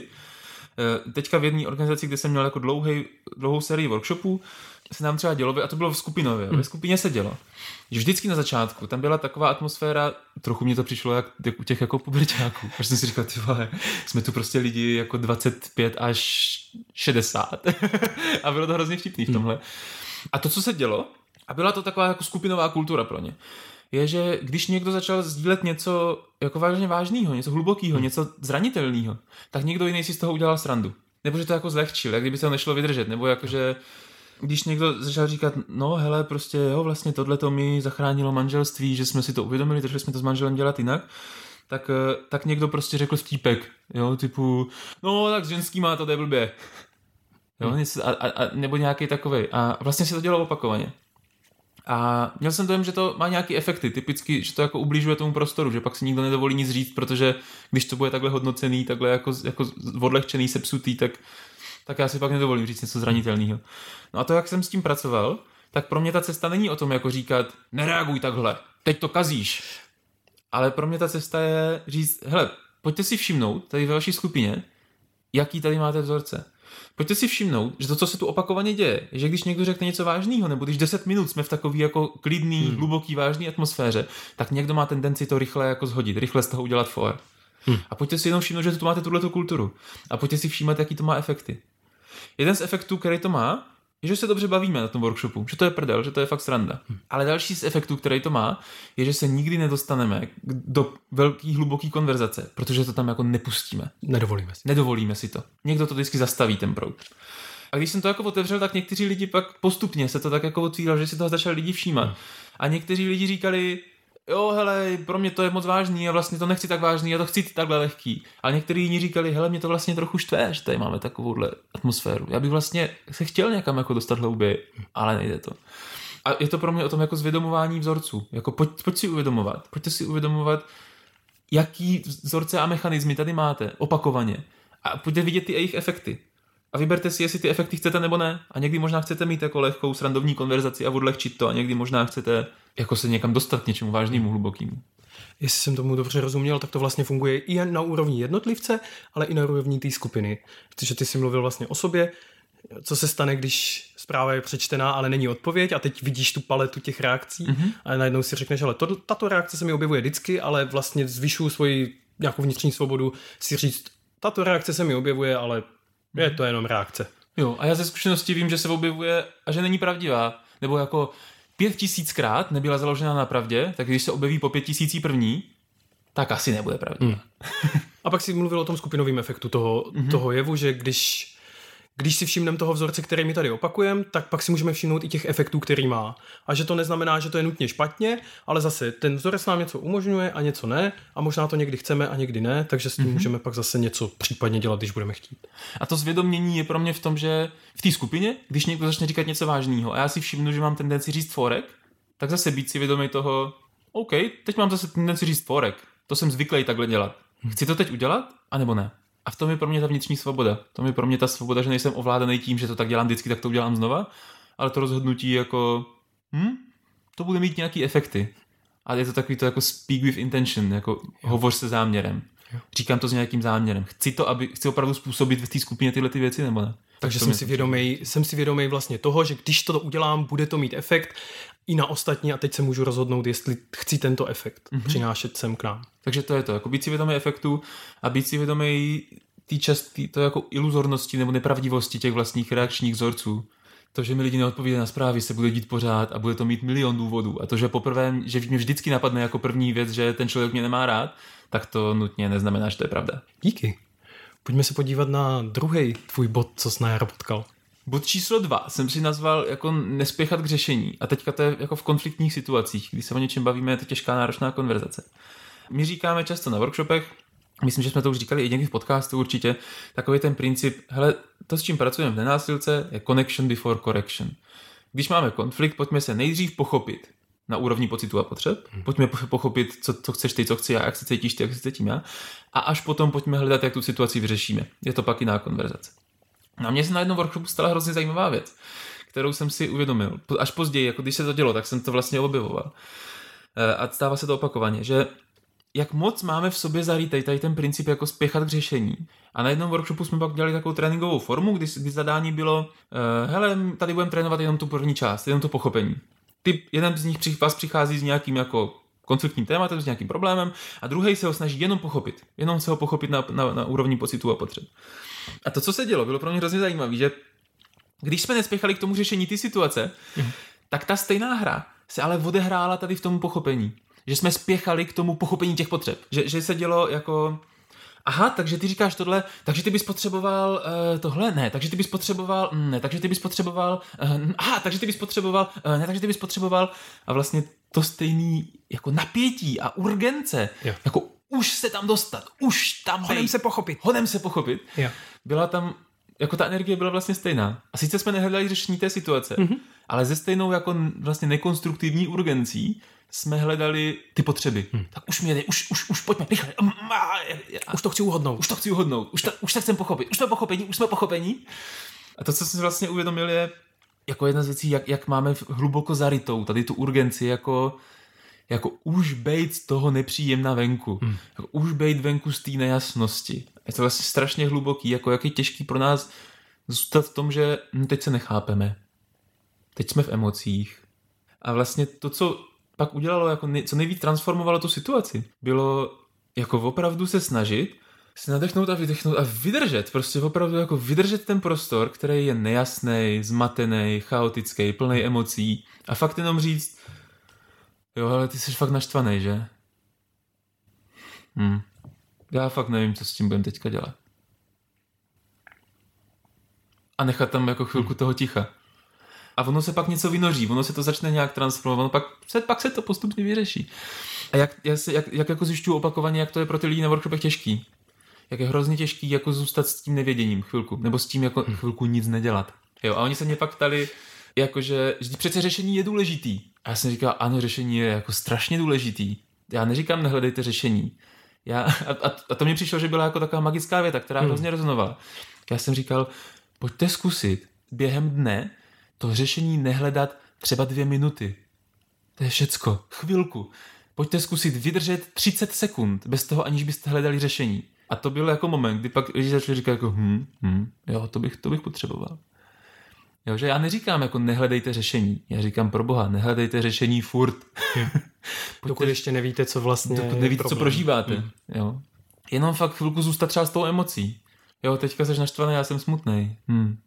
teďka v jedné organizaci, kde jsem měl jako dlouhej, dlouhou sérii workshopů, se nám třeba dělo, a to bylo v skupinově, hmm. ve skupině se dělo, že vždycky na začátku tam byla taková atmosféra, trochu mě to přišlo jak, jak u těch jako puberťáků, až jsem si říkal, ty vole, jsme tu prostě lidi jako dvacet pět až šedesát a bylo to hrozně vtipný v tomhle. A to, co se dělo, a byla to taková jako skupinová kultura pro ně, je, že když někdo začal sdílet něco jako vážně vážného, něco hlubokého, hmm. něco zranitelného, tak někdo jiný si z toho udělal srandu. Nebo že to jako zlehčil, jak kdyby se to nešlo vydržet, nebo jakože když někdo začal říkat, no hele, prostě jo, vlastně tohleto mi zachránilo manželství, že jsme si to uvědomili, takže jsme to s manželem dělat jinak, tak, tak někdo prostě řekl vtípek, jo, typu, no tak s ženskýma to jde blbě. Jo, hmm. něco, a, a, nebo nějaký takovej. A vlastně se to dělo opakovaně. A měl jsem dojem, že to má nějaký efekty, typicky, že to jako ubližuje tomu prostoru, že pak si nikdo nedovolí nic říct, protože když to bude takhle hodnocený, takhle jako, jako odlehčený, sepsutý, tak, tak já si pak nedovolím říct něco zranitelného. No a to, jak jsem s tím pracoval, tak pro mě ta cesta není o tom, jako říkat, nereaguj takhle, teď to kazíš. Ale pro mě ta cesta je říct, hele, pojďte si všimnout tady ve vaší skupině, jaký tady máte vzorce. Pojďte si všimnout, že to, co se tu opakovaně děje, je, že když někdo řekne něco vážného, nebo když deset minut jsme v takové jako klidný, hmm. hluboký, vážný atmosféře, tak někdo má tendenci to rychle jako zhodit, rychle z toho udělat for. Hmm. A pojďte si jenom všimnout, že tu máte tuhletu kulturu. A pojďte si všímat, jaký to má efekty. Jeden z efektů, který to má, je, že se dobře bavíme na tom workshopu, že to je prdel, že to je fakt sranda. Hmm. Ale další z efektů, který to má, je, že se nikdy nedostaneme do velký, hluboký konverzace, protože to tam jako nepustíme. Nedovolíme si. Nedovolíme si to. Někdo to vždycky zastaví, ten proud. A když jsem to jako otevřel, tak někteří lidi pak postupně se to tak jako otvíralo, že si toho začali lidi všímat. Hmm. A někteří lidi říkali, jo, hele, pro mě to je moc vážný a vlastně to nechci tak vážný, já to chci takhle lehký. A někteří jiní říkali, hele, mě to vlastně trochu štve, že tady máme takovouhle atmosféru. Já bych vlastně se chtěl někam jako dostat hlouběji, ale nejde to. A je to pro mě o tom jako zvědomování vzorců. Jako pojď, pojď si uvědomovat. Pojďte si uvědomovat, jaký vzorce a mechanismy tady máte opakovaně. A pojďte vidět ty jejich efekty. A vyberte si, jestli ty efekty chcete nebo ne. A někdy možná chcete mít jako lehkou srandovní konverzaci a odlehčit to. A někdy možná chcete jako se někam dostat k něčemu vážnému, hlubokému. Jestli jsem tomu dobře rozuměl, tak to vlastně funguje i na úrovni jednotlivce, ale i na úrovni té skupiny. Protože ty jsi mluvil vlastně o sobě, co se stane, když zpráva je přečtená, ale není odpověď a teď vidíš tu paletu těch reakcí mm-hmm. a najednou si řekneš, ale to, tato reakce se mi objevuje vždycky, ale vlastně zvyšuju svoji nějakou vnitřní svobodu si říct, tato reakce se mi objevuje, ale je to jenom reakce. Jo, a já ze zkušenosti vím, že se objevuje a že není pravdivá. Nebo jako pět tisíckrát nebyla založena na pravdě, tak když se objeví po pět tisící první, tak asi nebude pravdivá. Hmm. A pak si mluvil o tom skupinovém efektu toho, mm-hmm. toho jevu, že když, když si všimneme toho vzorce, který my tady opakujeme, tak pak si můžeme všimnout i těch efektů, který má. A že to neznamená, že to je nutně špatně, ale zase ten vzorec nám něco umožňuje a něco ne a možná to někdy chceme a někdy ne, takže s tím mm-hmm. můžeme pak zase něco případně dělat, když budeme chtít. A to zvědomění je pro mě v tom, že v té skupině, když někdo začne říkat něco vážného a já si všimnu, že mám tendenci říct forek, tak zase být si vědomý toho, OK, teď mám zase tendenci říct forek. To jsem zvyklý takhle dělat. Chci to teď udělat, anebo ne? A v tom je pro mě ta vnitřní svoboda. V tom je pro mě ta svoboda, že nejsem ovládaný tím, že to tak dělám vždycky, tak to udělám znova, ale to rozhodnutí jako hm, to bude mít nějaký efekty. A je to takový to jako speak with intention, jako jo. Hovoř se záměrem. Jo. Říkám to s nějakým záměrem. Chci to, aby chci opravdu způsobit v té skupině tyhle ty věci, nebo ne? Takže jsem si, vědomý, jsem si vědomý vlastně toho, že když to udělám, bude to mít efekt i na ostatní a teď se můžu rozhodnout, jestli chci tento efekt mm-hmm. přinášet sem k nám. Takže to je to, jako být si vědomý efektu a být si vědomý té častý, to jako iluzornosti nebo nepravdivosti těch vlastních reakčních vzorců. To, že mi lidi neodpovídají na zprávy, se bude dít pořád a bude to mít milion důvodů. A to, že poprvé, že mě vždycky napadne jako první věc, že ten člověk mě nemá rád, tak to nutně neznamená, že to je pravda. Díky. Pojďme se podívat na druhý tvůj bod, co jsi na jaro potkal. Bod číslo dva jsem si nazval jako nespěchat k řešení. A teďka to je jako v konfliktních situacích, když se o něčem bavíme, je to těžká náročná konverzace. My říkáme často na workshopech, myslím, že jsme to už říkali i někdy v podcastu určitě, takový ten princip, hele, to, s čím pracujeme v nenásilce, je connection before correction. Když máme konflikt, pojďme se nejdřív pochopit na úrovni pocitu a potřeb, pojďme pochopit, co, co chceš ty, co chci já, jak se cítíš ty, jak se cítím já, a až potom pojďme hledat, jak tu situaci vyřešíme. Je to pak jiná konverzace. Na mě se na jednom workshopu stala hrozně zajímavá věc, kterou jsem si uvědomil. Až později, jako když se to dělo, tak jsem to vlastně objevoval. A stává se to opakovaně, že jak moc máme v sobě zarýtej tady ten princip jako spěchat k řešení. A na jednom workshopu jsme pak dělali takovou tréninkovou formu, kdy, kdy zadání bylo, uh, hele, tady budeme trénovat jenom tu první část, jenom to pochopení. Ty, jeden z nich při, vás přichází s nějakým jako konfliktním tématem, s nějakým problémem a druhý se ho snaží jenom pochopit. Jenom se ho pochopit na, na, na úrovni pocitů a potřeb. A to, co se dělo, bylo pro mě hrozně zajímavé, že když jsme nespěchali k tomu řešení ty situace, mm. tak ta stejná hra se ale odehrála tady v tom pochopení. Že jsme spěchali k tomu pochopení těch potřeb. Že, že se dělo jako, aha, takže ty říkáš tohle, takže ty bys potřeboval uh, tohle, ne, takže ty bys potřeboval, ne, takže ty bys potřeboval, uh, aha, takže ty bys potřeboval, uh, ne, takže ty bys potřeboval a vlastně to stejný jako napětí a urgence, jo. Jako už se tam dostat, už tam Hodem se pochopit. Hodem se pochopit. Jo. Byla tam, jako ta energie byla vlastně stejná. A sice jsme nehledali řešení té situace, mm-hmm. ale ze stejnou jako vlastně nekonstruktivní urgencí jsme hledali ty potřeby. Hmm. Tak už mě jde, už, už, už pojďme, rychle. Už to chci uhodnout. Už to chci uhodnout. Už, to, už se chcem pochopit. Už jsme pochopení, už jsme pochopení. A to, co jsem si vlastně uvědomil, je jako jedna z věcí, jak, jak máme hluboko zarytou tady tu urgenci, jako, jako už bejt z toho nepříjemna venku. Hmm. Jako už bejt venku z té nejasnosti. Je to vlastně strašně hluboký, jako jak je těžký pro nás zůstat v tom, že hm, teď se nechápeme. Teď jsme v emocích. A vlastně to, co pak udělalo, jako nej, co nejvíc transformovalo tu situaci, bylo jako opravdu se snažit se nadechnout a vydechnout a vydržet, prostě opravdu jako vydržet ten prostor, který je nejasný, zmatený, chaotický, plný emocí a fakt jenom říct, jo, ale ty jsi fakt naštvaný, že? Hm. Já fakt nevím, co s tím budem teďka dělat. A nechat tam jako chvilku toho ticha. A ono se pak něco vynoří, ono se to začne nějak transformovat, pak se, pak se to postupně vyřeší. A jak, jak, jak, jak jako zjišťuju opakovaně, jak to je pro ty lidi na workshopech těžký. Jak je hrozně těžký jako zůstat s tím nevěděním chvilku, nebo s tím jako chvilku nic nedělat. Jo, a oni se mě pak ptali, jakože, že přece řešení je důležitý. A já jsem říkal, ano, řešení je jako strašně důležitý. Já neříkám, nehledejte řešení. Já, a, a, a to mi přišlo, že byla jako taková magická věta, která hmm. hrozně rezonovala. Já jsem říkal, pojďte zkusit během dne to řešení nehledat třeba dvě minuty. To je všecko. Chvilku. Pojďte zkusit vydržet třicet sekund bez toho, aniž byste hledali řešení. A to byl jako moment, kdy pak lidi začali říkat jako hm, hm, jo, to bych, to bych potřeboval. Jo, že já neříkám jako nehledejte řešení. Já říkám pro boha, nehledejte řešení furt. Dokud ještě nevíte, co vlastně Dokud nevíte, co prožíváte. Hmm. Jo. Jenom fakt chvilku zůstat třeba s tou emocí. Jo, teďka jsi naštvaný, já jsem smutnej. Hm.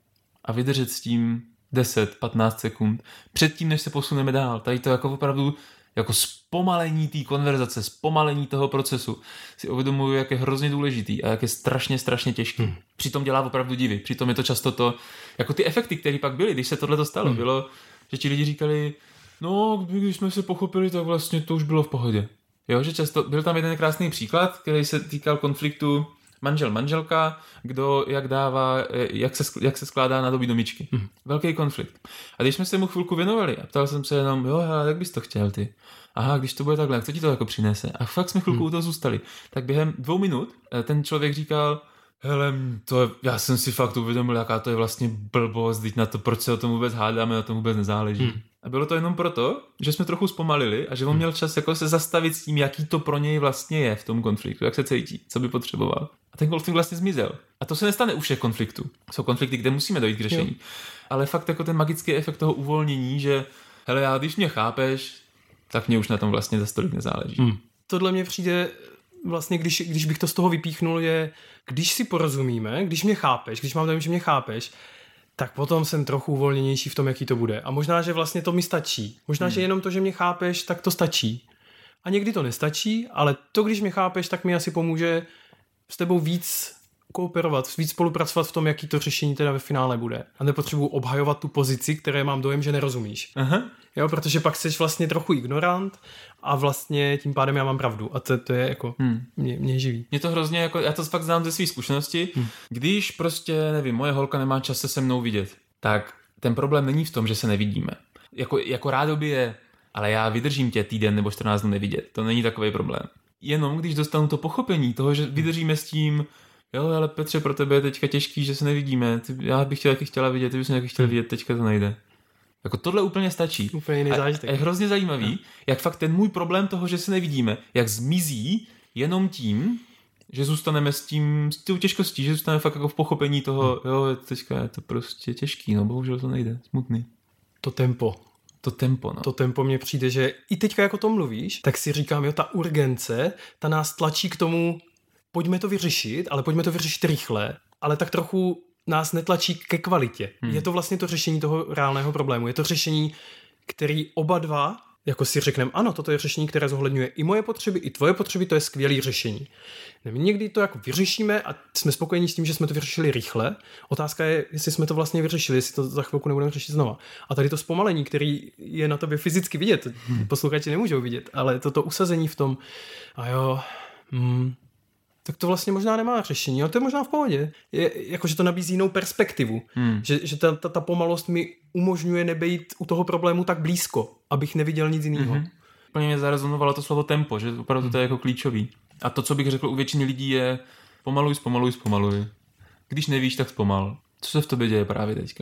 a vydržet s tím deset patnáct sekund předtím, než se posuneme dál. Tady to jako opravdu jako zpomalení té konverzace, zpomalení toho procesu si uvědomuju, jak je hrozně důležitý a jak je strašně, strašně těžký. Hmm. Přitom dělá opravdu divy. Přitom je to často to, jako ty efekty, které pak byly, když se tohle stalo, hmm. bylo, že ti lidi říkali, no, když jsme se pochopili, tak vlastně to už bylo v pohodě. Jo, že často, byl tam jeden krásný příklad, který se týkal konfliktu manžel, manželka, kdo jak dává, jak se, jak se skládá na dobí domičky. Hmm. Velký konflikt. A když jsme se mu chvilku věnovali a ptal jsem se jenom, jo, hele, jak bys to chtěl ty? Aha, když to bude takhle, co ti to jako přinese? A fakt jsme chvilku hmm. u toho zůstali. Tak během dvou minut ten člověk říkal, hele, to, já jsem si fakt uvědomil, jaká to je vlastně blbost, teď na to, proč se o tom vůbec hádáme, na tom vůbec nezáleží. Hmm. A bylo to jenom proto, že jsme trochu zpomalili a že on měl čas jako se zastavit s tím, jaký to pro něj vlastně je v tom konfliktu, jak se cítí, co by potřeboval. A ten konflikt vlastně zmizel. A to se nestane u všech konfliktů. Jsou konflikty, kde musíme dojít k řešení. Jo. Ale fakt jako ten magický efekt toho uvolnění, že hele, já když mě chápeš, tak mě už na tom vlastně za stolik nezáleží. Hmm. Tohle mně přijde vlastně, když, když bych to z toho vypíchnul, je, když si porozumíme, když mě chápeš, když mám dojem, že mě chápeš, tak potom jsem trochu uvolněnější v tom, jaký to bude. A možná, že vlastně to mi stačí. Možná, hmm. že jenom to, že mě chápeš, tak to stačí. A někdy to nestačí, ale to, když mě chápeš, tak mi asi pomůže s tebou víc kooperovat, víc spolupracovat v tom, jaký to řešení teda ve finále bude. A nepotřebuji obhajovat tu pozici, které mám dojem, že nerozumíš. Aha. Jo, protože pak jsi vlastně trochu ignorant a vlastně tím pádem já mám pravdu. A to, to je jako hmm. mě, mě živí. Mě to hrozně jako, já to fakt znám ze své zkušenosti. Hmm. Když prostě, nevím, moje holka nemá čas se se mnou vidět, tak ten problém není v tom, že se nevidíme. Jako, jako rádoby je, ale já vydržím tě týden nebo čtrnáct dnů nevidět. To není takový problém. Jenom když dostanu to pochopení toho, že vydržíme s tím, jo, ale Petře, pro tebe je teďka těžký, že se nevidíme. Ty, já bych tě taky chtěla vidět, ty bys mě taky chtěl vidět, teďka to nejde. Jako tohle úplně stačí. Úplně jiný zážitek. A je hrozně zajímavý, no. jak fakt ten můj problém toho, že se nevidíme, jak zmizí jenom tím, že zůstaneme s tím, s tou těžkostí, že zůstaneme fakt jako v pochopení toho, hmm. jo, teďka je to prostě těžký, no bohužel to nejde, smutný. To tempo. To tempo, no. To tempo mně přijde, že i teďka jako to mluvíš, tak si říkám, jo, ta urgence, ta nás tlačí k tomu, pojďme to vyřešit, ale pojďme to vyřešit rychle, ale tak trochu nás netlačí ke kvalitě. Hmm. Je to vlastně to řešení toho reálného problému. Je to řešení, který oba dva, jako si řekneme, ano, toto je řešení, které zohledňuje i moje potřeby, i tvoje potřeby, to je skvělé řešení. Nevím, někdy to jako vyřešíme a jsme spokojení s tím, že jsme to vyřešili rychle. Otázka je, jestli jsme to vlastně vyřešili, jestli to za chvilku nebudeme řešit znova. A tady to zpomalení, který je na tobě fyzicky vidět, hmm. posluchači nemůžou vidět, ale toto usazení v tom, a jo, hmm, tak to vlastně možná nemá řešení, ale to je možná v pohodě. Je, jakože to nabízí jinou perspektivu. Hmm. Že, že ta, ta, ta pomalost mi umožňuje nebejt u toho problému tak blízko, abych neviděl nic jiného. Mm-hmm. Úplně mě zarezonovalo to slovo tempo, že opravdu to je jako klíčový. A to, co bych řekl u většiny lidí, je pomaluj, zpomaluj, zpomaluj. Když nevíš, tak zpomal. Co se v tobě děje právě teďka?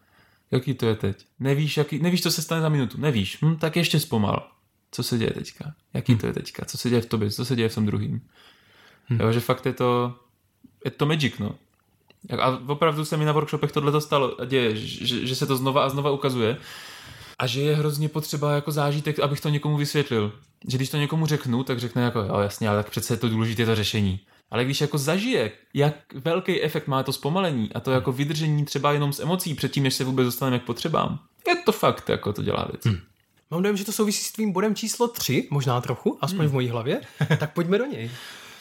Jaký to je teď? Nevíš, jaký, nevíš, co se stane za minutu. Nevíš, hm, tak ještě zpomal. Co se děje teďka? Jaký to je teďka? Co se děje v tobě? Co se děje v tom druhým? Hmm. Jo, že fakt je to, je to magic, no. A opravdu se mi na workshopech tohle to stalo a děje, že, že se to znova a znova ukazuje a že je hrozně potřeba jako zážitek, abych to někomu vysvětlil. Že když to někomu řeknu, tak řekne jako, jo jasně, ale tak přece je to důležité to řešení. Ale když jako zažije, jak velký efekt má to zpomalení a to jako vydržení třeba jenom s emocí předtím, než se vůbec dostaneme k potřebám, je to fakt, jako to dělá věc. Hmm. Mám dojem, že to souvisí s tvým bodem číslo tři, možná trochu, aspoň hmm. v mojí hlavě, tak pojďme do něj.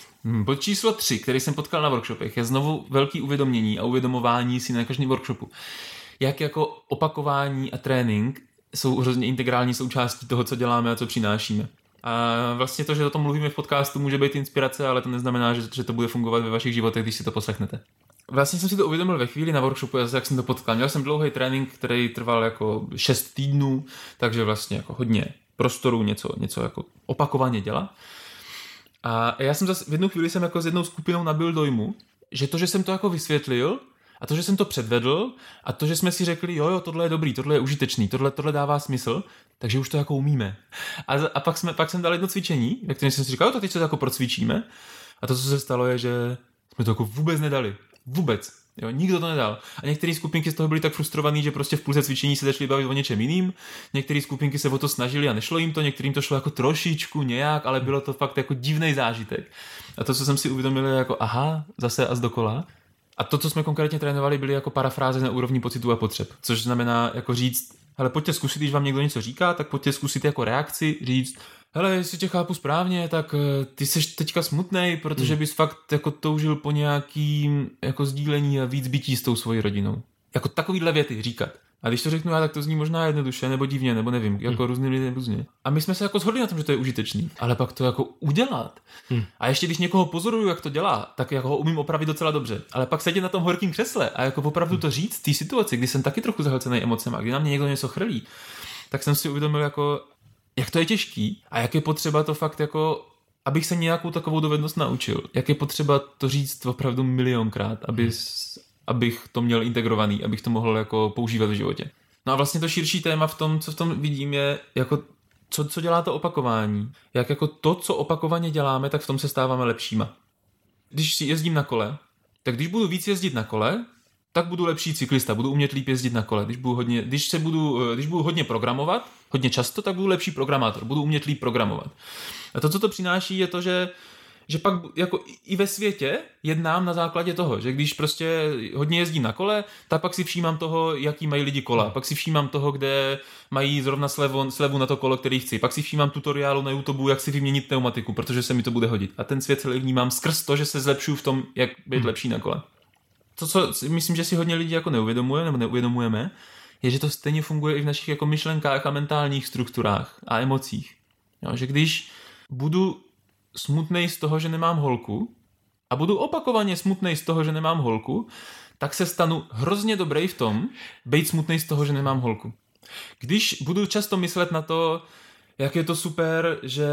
Bod číslo tři, který jsem potkal na workshopech, je znovu velký uvědomění a uvědomování si na každém workshopu. Jak jako opakování a trénink jsou hrozně integrální součástí toho, co děláme a co přinášíme. A vlastně to, že o tom mluvíme v podcastu, může být inspirace, ale to neznamená, že, že to bude fungovat ve vašich životech, když si to poslechnete. Vlastně jsem si to uvědomil ve chvíli na workshopu, jak jsem to potkal. Měl jsem dlouhý trénink, který trval jako šest týdnů, takže vlastně jako hodně prostoru, něco, něco jako opakovaně dělat. A já jsem zase v jednu chvíli jsem jako s jednou skupinou nabyl dojmu, že to, že jsem to jako vysvětlil a to, že jsem to předvedl a to, že jsme si řekli, jo, jo, tohle je dobrý, tohle je užitečný, tohle, tohle dává smysl, takže už to jako umíme. A, a pak, jsme, pak jsem dal jedno cvičení, ve kterém jsem si říkal, jo, to teď se to jako procvičíme. A to, co se stalo, je, že jsme to jako vůbec nedali. Vůbec. Jo, nikdo to nedal. A některé skupinky z toho byly tak frustrovaný, že prostě v půlce cvičení se začali bavit o něčem jiným. Některé skupinky se o to snažili a nešlo jim to, některým to šlo jako trošičku nějak, ale bylo to fakt jako divný zážitek. A to, co jsem si uvědomil, je jako aha, zase a zdokola, A to, co jsme konkrétně trénovali, byly jako parafráze na úrovni pocitů a potřeb, což znamená jako říct, hele, pojďte zkusit, když vám někdo něco říká, tak pojďte zkusit jako reakci říct, hele, jestli tě chápu správně, tak ty jsi teďka smutnej, protože bys fakt jako toužil po nějakým jako sdílení a víc bytí s tou svojí rodinou. Jako takovýhle věty říkat. A když to řeknu já, tak to zní možná jednoduše, nebo divně, nebo nevím, jako hmm. různý lidé různě. A my jsme se jako shodli na tom, že to je užitečný, ale pak to jako udělat. Hmm. A ještě když někoho pozoruju, jak to dělá, tak jako ho umím opravit docela dobře. Ale pak sedět na tom horkém křesle a jako opravdu to říct v té situaci, kdy jsem taky trochu zahlcený emocema, kdy na mě někdo něco chrlí, tak jsem si uvědomil jako, jak to je těžký a jak je potřeba to fakt jako, abych se nějakou takovou dovednost naučil. Jak je potřeba to říct opravdu milionkrát, aby hmm. abych to měl integrovaný, abych to mohl jako používat v životě. No a vlastně to širší téma v tom, co v tom vidím, je jako co, co dělá to opakování. Jak jako to, co opakovaně děláme, tak v tom se stáváme lepšíma. Když si jezdím na kole, tak když budu víc jezdit na kole, tak budu lepší cyklista, budu umět líp jezdit na kole. Když budu hodně, když se budu, když budu hodně programovat, hodně často, tak budu lepší programátor, budu umět líp programovat. A to, co to přináší, je to, že že pak jako i ve světě jednám na základě toho, že když prostě hodně jezdím na kole, tak pak si všímám toho, jaký mají lidi kola. Pak si všímám toho, kde mají zrovna slevu, slevu na to kolo, který chci. Pak si všímám tutoriálu na YouTube, jak si vyměnit pneumatiku, protože se mi to bude hodit. A ten svět celý vnímám skrz to, že se zlepšuju v tom, jak být hmm. lepší na kole. To, co myslím, že si hodně lidí jako neuvědomuje, nebo neuvědomujeme, je, že to stejně funguje i v našich jako myšlenkách a mentálních strukturách a emocích. Jo, že když budu smutnej z toho, že nemám holku a budu opakovaně smutnej z toho, že nemám holku, tak se stanu hrozně dobrý v tom být smutnej z toho, že nemám holku. Když budu často myslet na to, jak je to super, že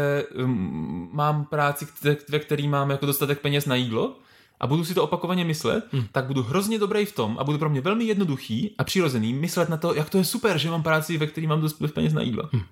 um, mám práci, ve který mám jako dostatek peněz na jídlo a budu si to opakovaně myslet, hmm. tak budu hrozně dobrý v tom a budu pro mě velmi jednoduchý a přirozený myslet na to, jak to je super, že mám práci, ve který mám dost peněz na jídlo. Hmm.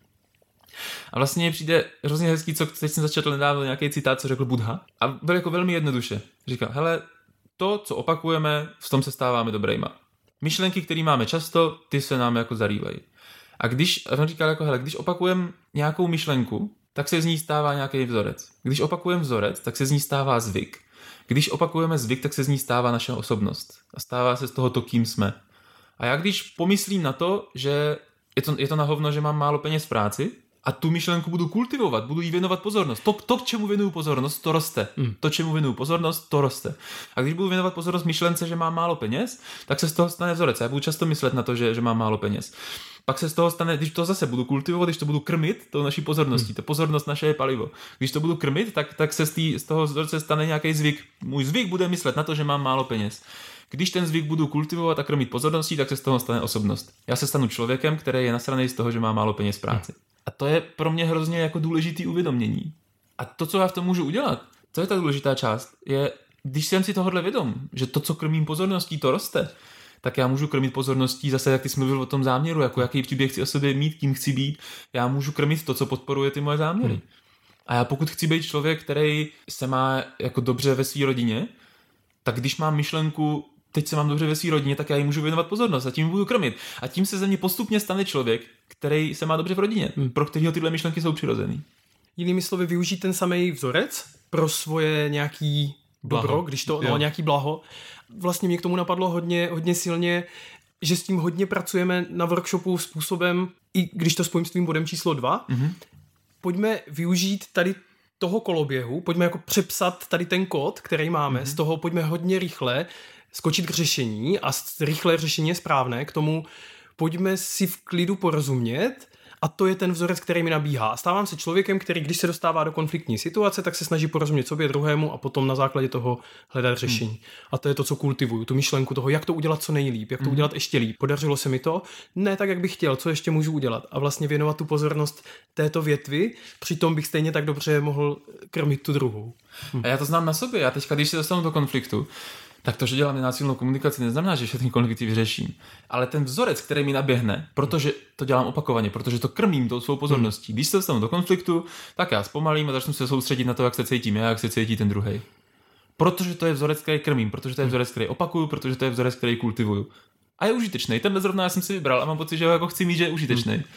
A vlastně přijde hrozně hezký, co teď jsem začal nedávno nějaký citát, co řekl Buddha. A byl jako velmi jednoduše. Říkal, hele, to, co opakujeme, v tom se stáváme dobrejma. Myšlenky, které máme často, ty se nám jako zarývají. A když, a on říkal jako, hele, když opakujeme nějakou myšlenku, tak se z ní stává nějaký vzorec. Když opakujeme vzorec, tak se z ní stává zvyk. Když opakujeme zvyk, tak se z ní stává naše osobnost. A stává se z toho to, kým jsme. A já když pomyslím na to, že je to, je to na hovno, že mám málo peněz v práci, a tu myšlenku budu kultivovat, budu jí věnovat pozornost. To, to k čemu věnuju pozornost, to roste. Mm. To, čemu věnuju pozornost, to roste. A když budu věnovat pozornost myšlence, že mám málo peněz, tak se z toho stane vzorec. Já budu často myslet na to, že, že mám málo peněz. Pak se z toho stane, když to zase budu kultivovat, když to budu krmit, tou naší pozorností. Mm. Ta pozornost naše je palivo. Když to budu krmit, tak, tak se z, tý, z toho vzorce stane nějaký zvyk. Můj zvyk bude myslet na to, že mám málo peněz. Když ten zvyk budu kultivovat a krmit pozorností, tak se z toho stane osobnost. Já se stanu člověkem, který je nasranej z toho, že má málo peněz v práci. Mm. A to je pro mě hrozně jako důležitý uvědomění. A to, co já v tom můžu udělat, to je ta důležitá část, je, když jsem si tohohle vědom, že to, co krmím pozorností, to roste, tak já můžu krmit pozorností zase, jak ty jsi mluvil o tom záměru, jako jaký příběh chci o sobě mít, kým chci být, já můžu krmit to, co podporuje ty moje záměry. Hmm. A já pokud chci být člověk, který se má jako dobře ve své rodině, tak když mám myšlenku, teď se mám dobře ve své rodině, tak já jí můžu věnovat pozornost a tím budu krmit. A tím se ze mě postupně stane člověk, který se má dobře v rodině, hmm. pro kterého tyhle myšlenky jsou přirozený. Jinými slovy, využít ten samý vzorec pro svoje nějaký blaho. Dobro, když to, no, nějaký blaho. Vlastně mě k tomu napadlo hodně, hodně silně, že s tím hodně pracujeme na workshopu způsobem, i když to spojím s tvým bodem číslo dva, mm-hmm. pojďme využít tady toho koloběhu, pojďme jako přepsat tady ten kód, který máme, mm-hmm. z toho pojďme hodně rychle skočit k řešení a rychlé řešení je správné, k tomu pojďme si v klidu porozumět a to je ten vzorec, který mi nabíhá. Stávám se člověkem, který když se dostává do konfliktní situace, tak se snaží porozumět sobě druhému a potom na základě toho hledat řešení. Hmm. A to je to, co kultivuju, tu myšlenku toho, jak to udělat co nejlíp, jak to hmm. udělat ještě líp. Podařilo se mi to? Ne tak, jak bych chtěl, co ještě můžu udělat? A vlastně věnovat tu pozornost této větvi, přitom bych stejně tak dobře mohl krmit tu druhou. Hmm. A já to znám na sobě. Já teďka, když se dostanu do konfliktu, tak to, že dělám nenásilnou komunikaci, neznamená, že všechny konflikty vyřeším. Ale ten vzorec, který mi naběhne, protože to dělám opakovaně, protože to krmím tou svou pozorností. Když se dostanu do konfliktu, tak já zpomalím a začnu se soustředit na to, jak se cítím já, jak se cítí ten druhej. Protože to je vzorec, který krmím, protože to je vzorec, který opakuju, protože to je vzorec, který kultivuju. A je užitečný. Tenhle zrovna já jsem si vybral a mám pocit, že ho jako chci mít, že je užitečný.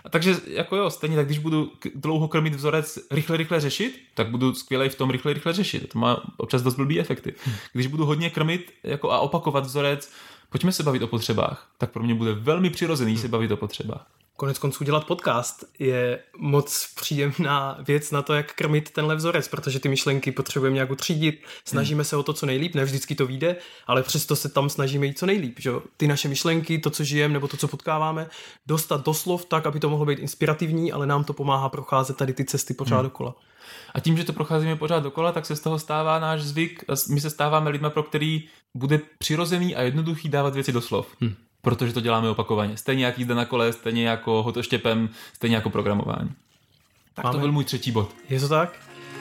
A takže jako jo, stejně tak, když budu dlouho krmit vzorec rychle, rychle řešit, tak budu skvělej v tom rychle, rychle řešit. To má občas dost blbý efekty. Když budu hodně krmit jako a opakovat vzorec, pojďme se bavit o potřebách, tak pro mě bude velmi přirozený se bavit o potřebách. Konec konců dělat podcast je moc příjemná věc na to, jak krmit tenhle vzorec, protože ty myšlenky potřebujeme nějak utřídit, snažíme hmm. se o to, co nejlíp, ne vždycky to vyjde, ale přesto se tam snažíme jít co nejlíp. Že? Ty naše myšlenky, to, co žijeme nebo to, co potkáváme, dostat do slov tak, aby to mohlo být inspirativní, ale nám to pomáhá procházet tady ty cesty pořád hmm. dokola. A tím, že to procházíme pořád dokola, tak se z toho stává náš zvyk, my se stáváme lidma, pro který bude přirozený a jednoduchý dávat věci do slov. Hmm. Protože to děláme opakovaně. Stejně jak jízda na kole, stejně jako hotoštěpem, stejně jako programování. Tak Máme. To byl můj třetí bod. Je to tak?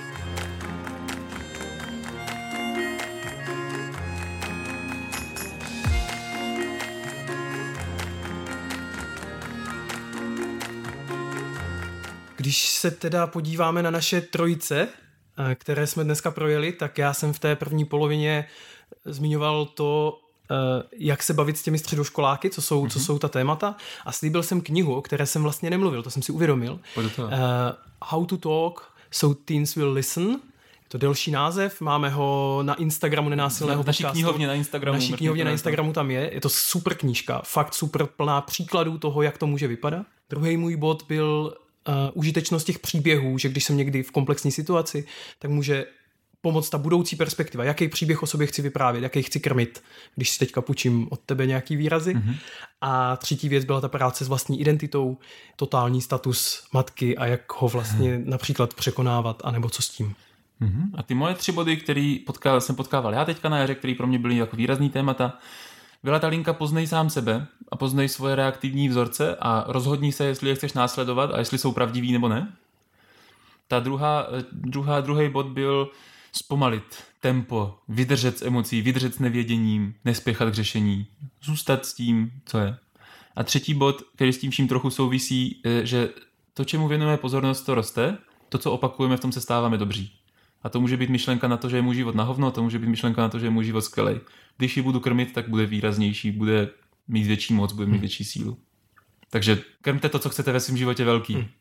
Když se teda podíváme na naše trojice, které jsme dneska projeli, tak já jsem v té první polovině zmiňoval to, jak se bavit s těmi středoškoláky, co jsou, mm-hmm. co jsou ta témata. A slíbil jsem knihu, o které jsem vlastně nemluvil, to jsem si uvědomil. Uh, How to Talk, So Teens Will Listen. Je to delší název, máme ho na Instagramu Nenásilného podcastu. Naší knihovně na Instagramu. Naší knihovně na Instagramu tam je. Je to super knížka, fakt super plná příkladů toho, jak to může vypadat. Druhý můj bod byl uh, užitečnost těch příběhů, že když jsem někdy v komplexní situaci, tak může pomoct ta budoucí perspektiva, jaký příběh o sobě chci vyprávět, jaký chci krmit, když si teďka půjčím od tebe nějaký výrazy. Mm-hmm. A třetí věc byla ta práce s vlastní identitou, totální status matky a jak ho vlastně mm-hmm. například překonávat, anebo co s tím. Mm-hmm. A ty moje tři body, který potkal, jsem potkával já teďka na jaře, který pro mě byly jako výrazný témata, byla ta linka poznej sám sebe a poznej svoje reaktivní vzorce a rozhodni se, jestli je chceš následovat a jestli jsou pravdiví nebo ne. Ta druhá, druhá, druhý bod byl zpomalit tempo, vydržet s emocí, vydržet s nevěděním, nespěchat k řešení, zůstat s tím, co je. A třetí bod, který s tím vším trochu souvisí, že to, čemu věnujeme pozornost, to roste, to, co opakujeme, v tom se stáváme dobří. A to může být myšlenka na to, že je můj život na hovno, to může být myšlenka na to, že je můj život skvělej. Když ji budu krmit, tak bude výraznější, bude mít větší moc, bude mít větší sílu. Takže krmte to, co chcete ve svém životě velký. Hmm.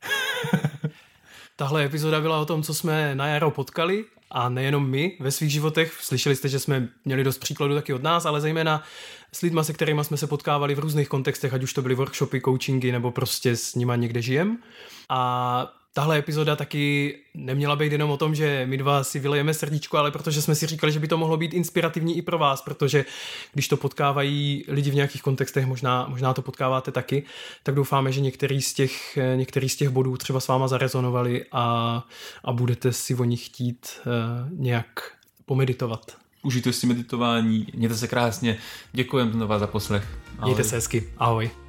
Tahle epizoda byla o tom, co jsme na jaro potkali a nejenom my ve svých životech. Slyšeli jste, že jsme měli dost příkladů taky od nás, ale zejména s lidma, se kterými jsme se potkávali v různých kontextech, ať už to byly workshopy, coachingy nebo prostě s nima někde žijem. A tahle epizoda taky neměla být jenom o tom, že my dva si vylejeme srdíčko, ale protože jsme si říkali, že by to mohlo být inspirativní i pro vás, protože když to potkávají lidi v nějakých kontextech, možná, možná to potkáváte taky, tak doufáme, že některý z těch, některý z těch bodů třeba s váma zarezonovali a, a budete si o nich chtít uh, nějak pomeditovat. Užijte si meditování, mějte se krásně, děkujeme znova za poslech. Ahoj. Mějte se hezky, ahoj.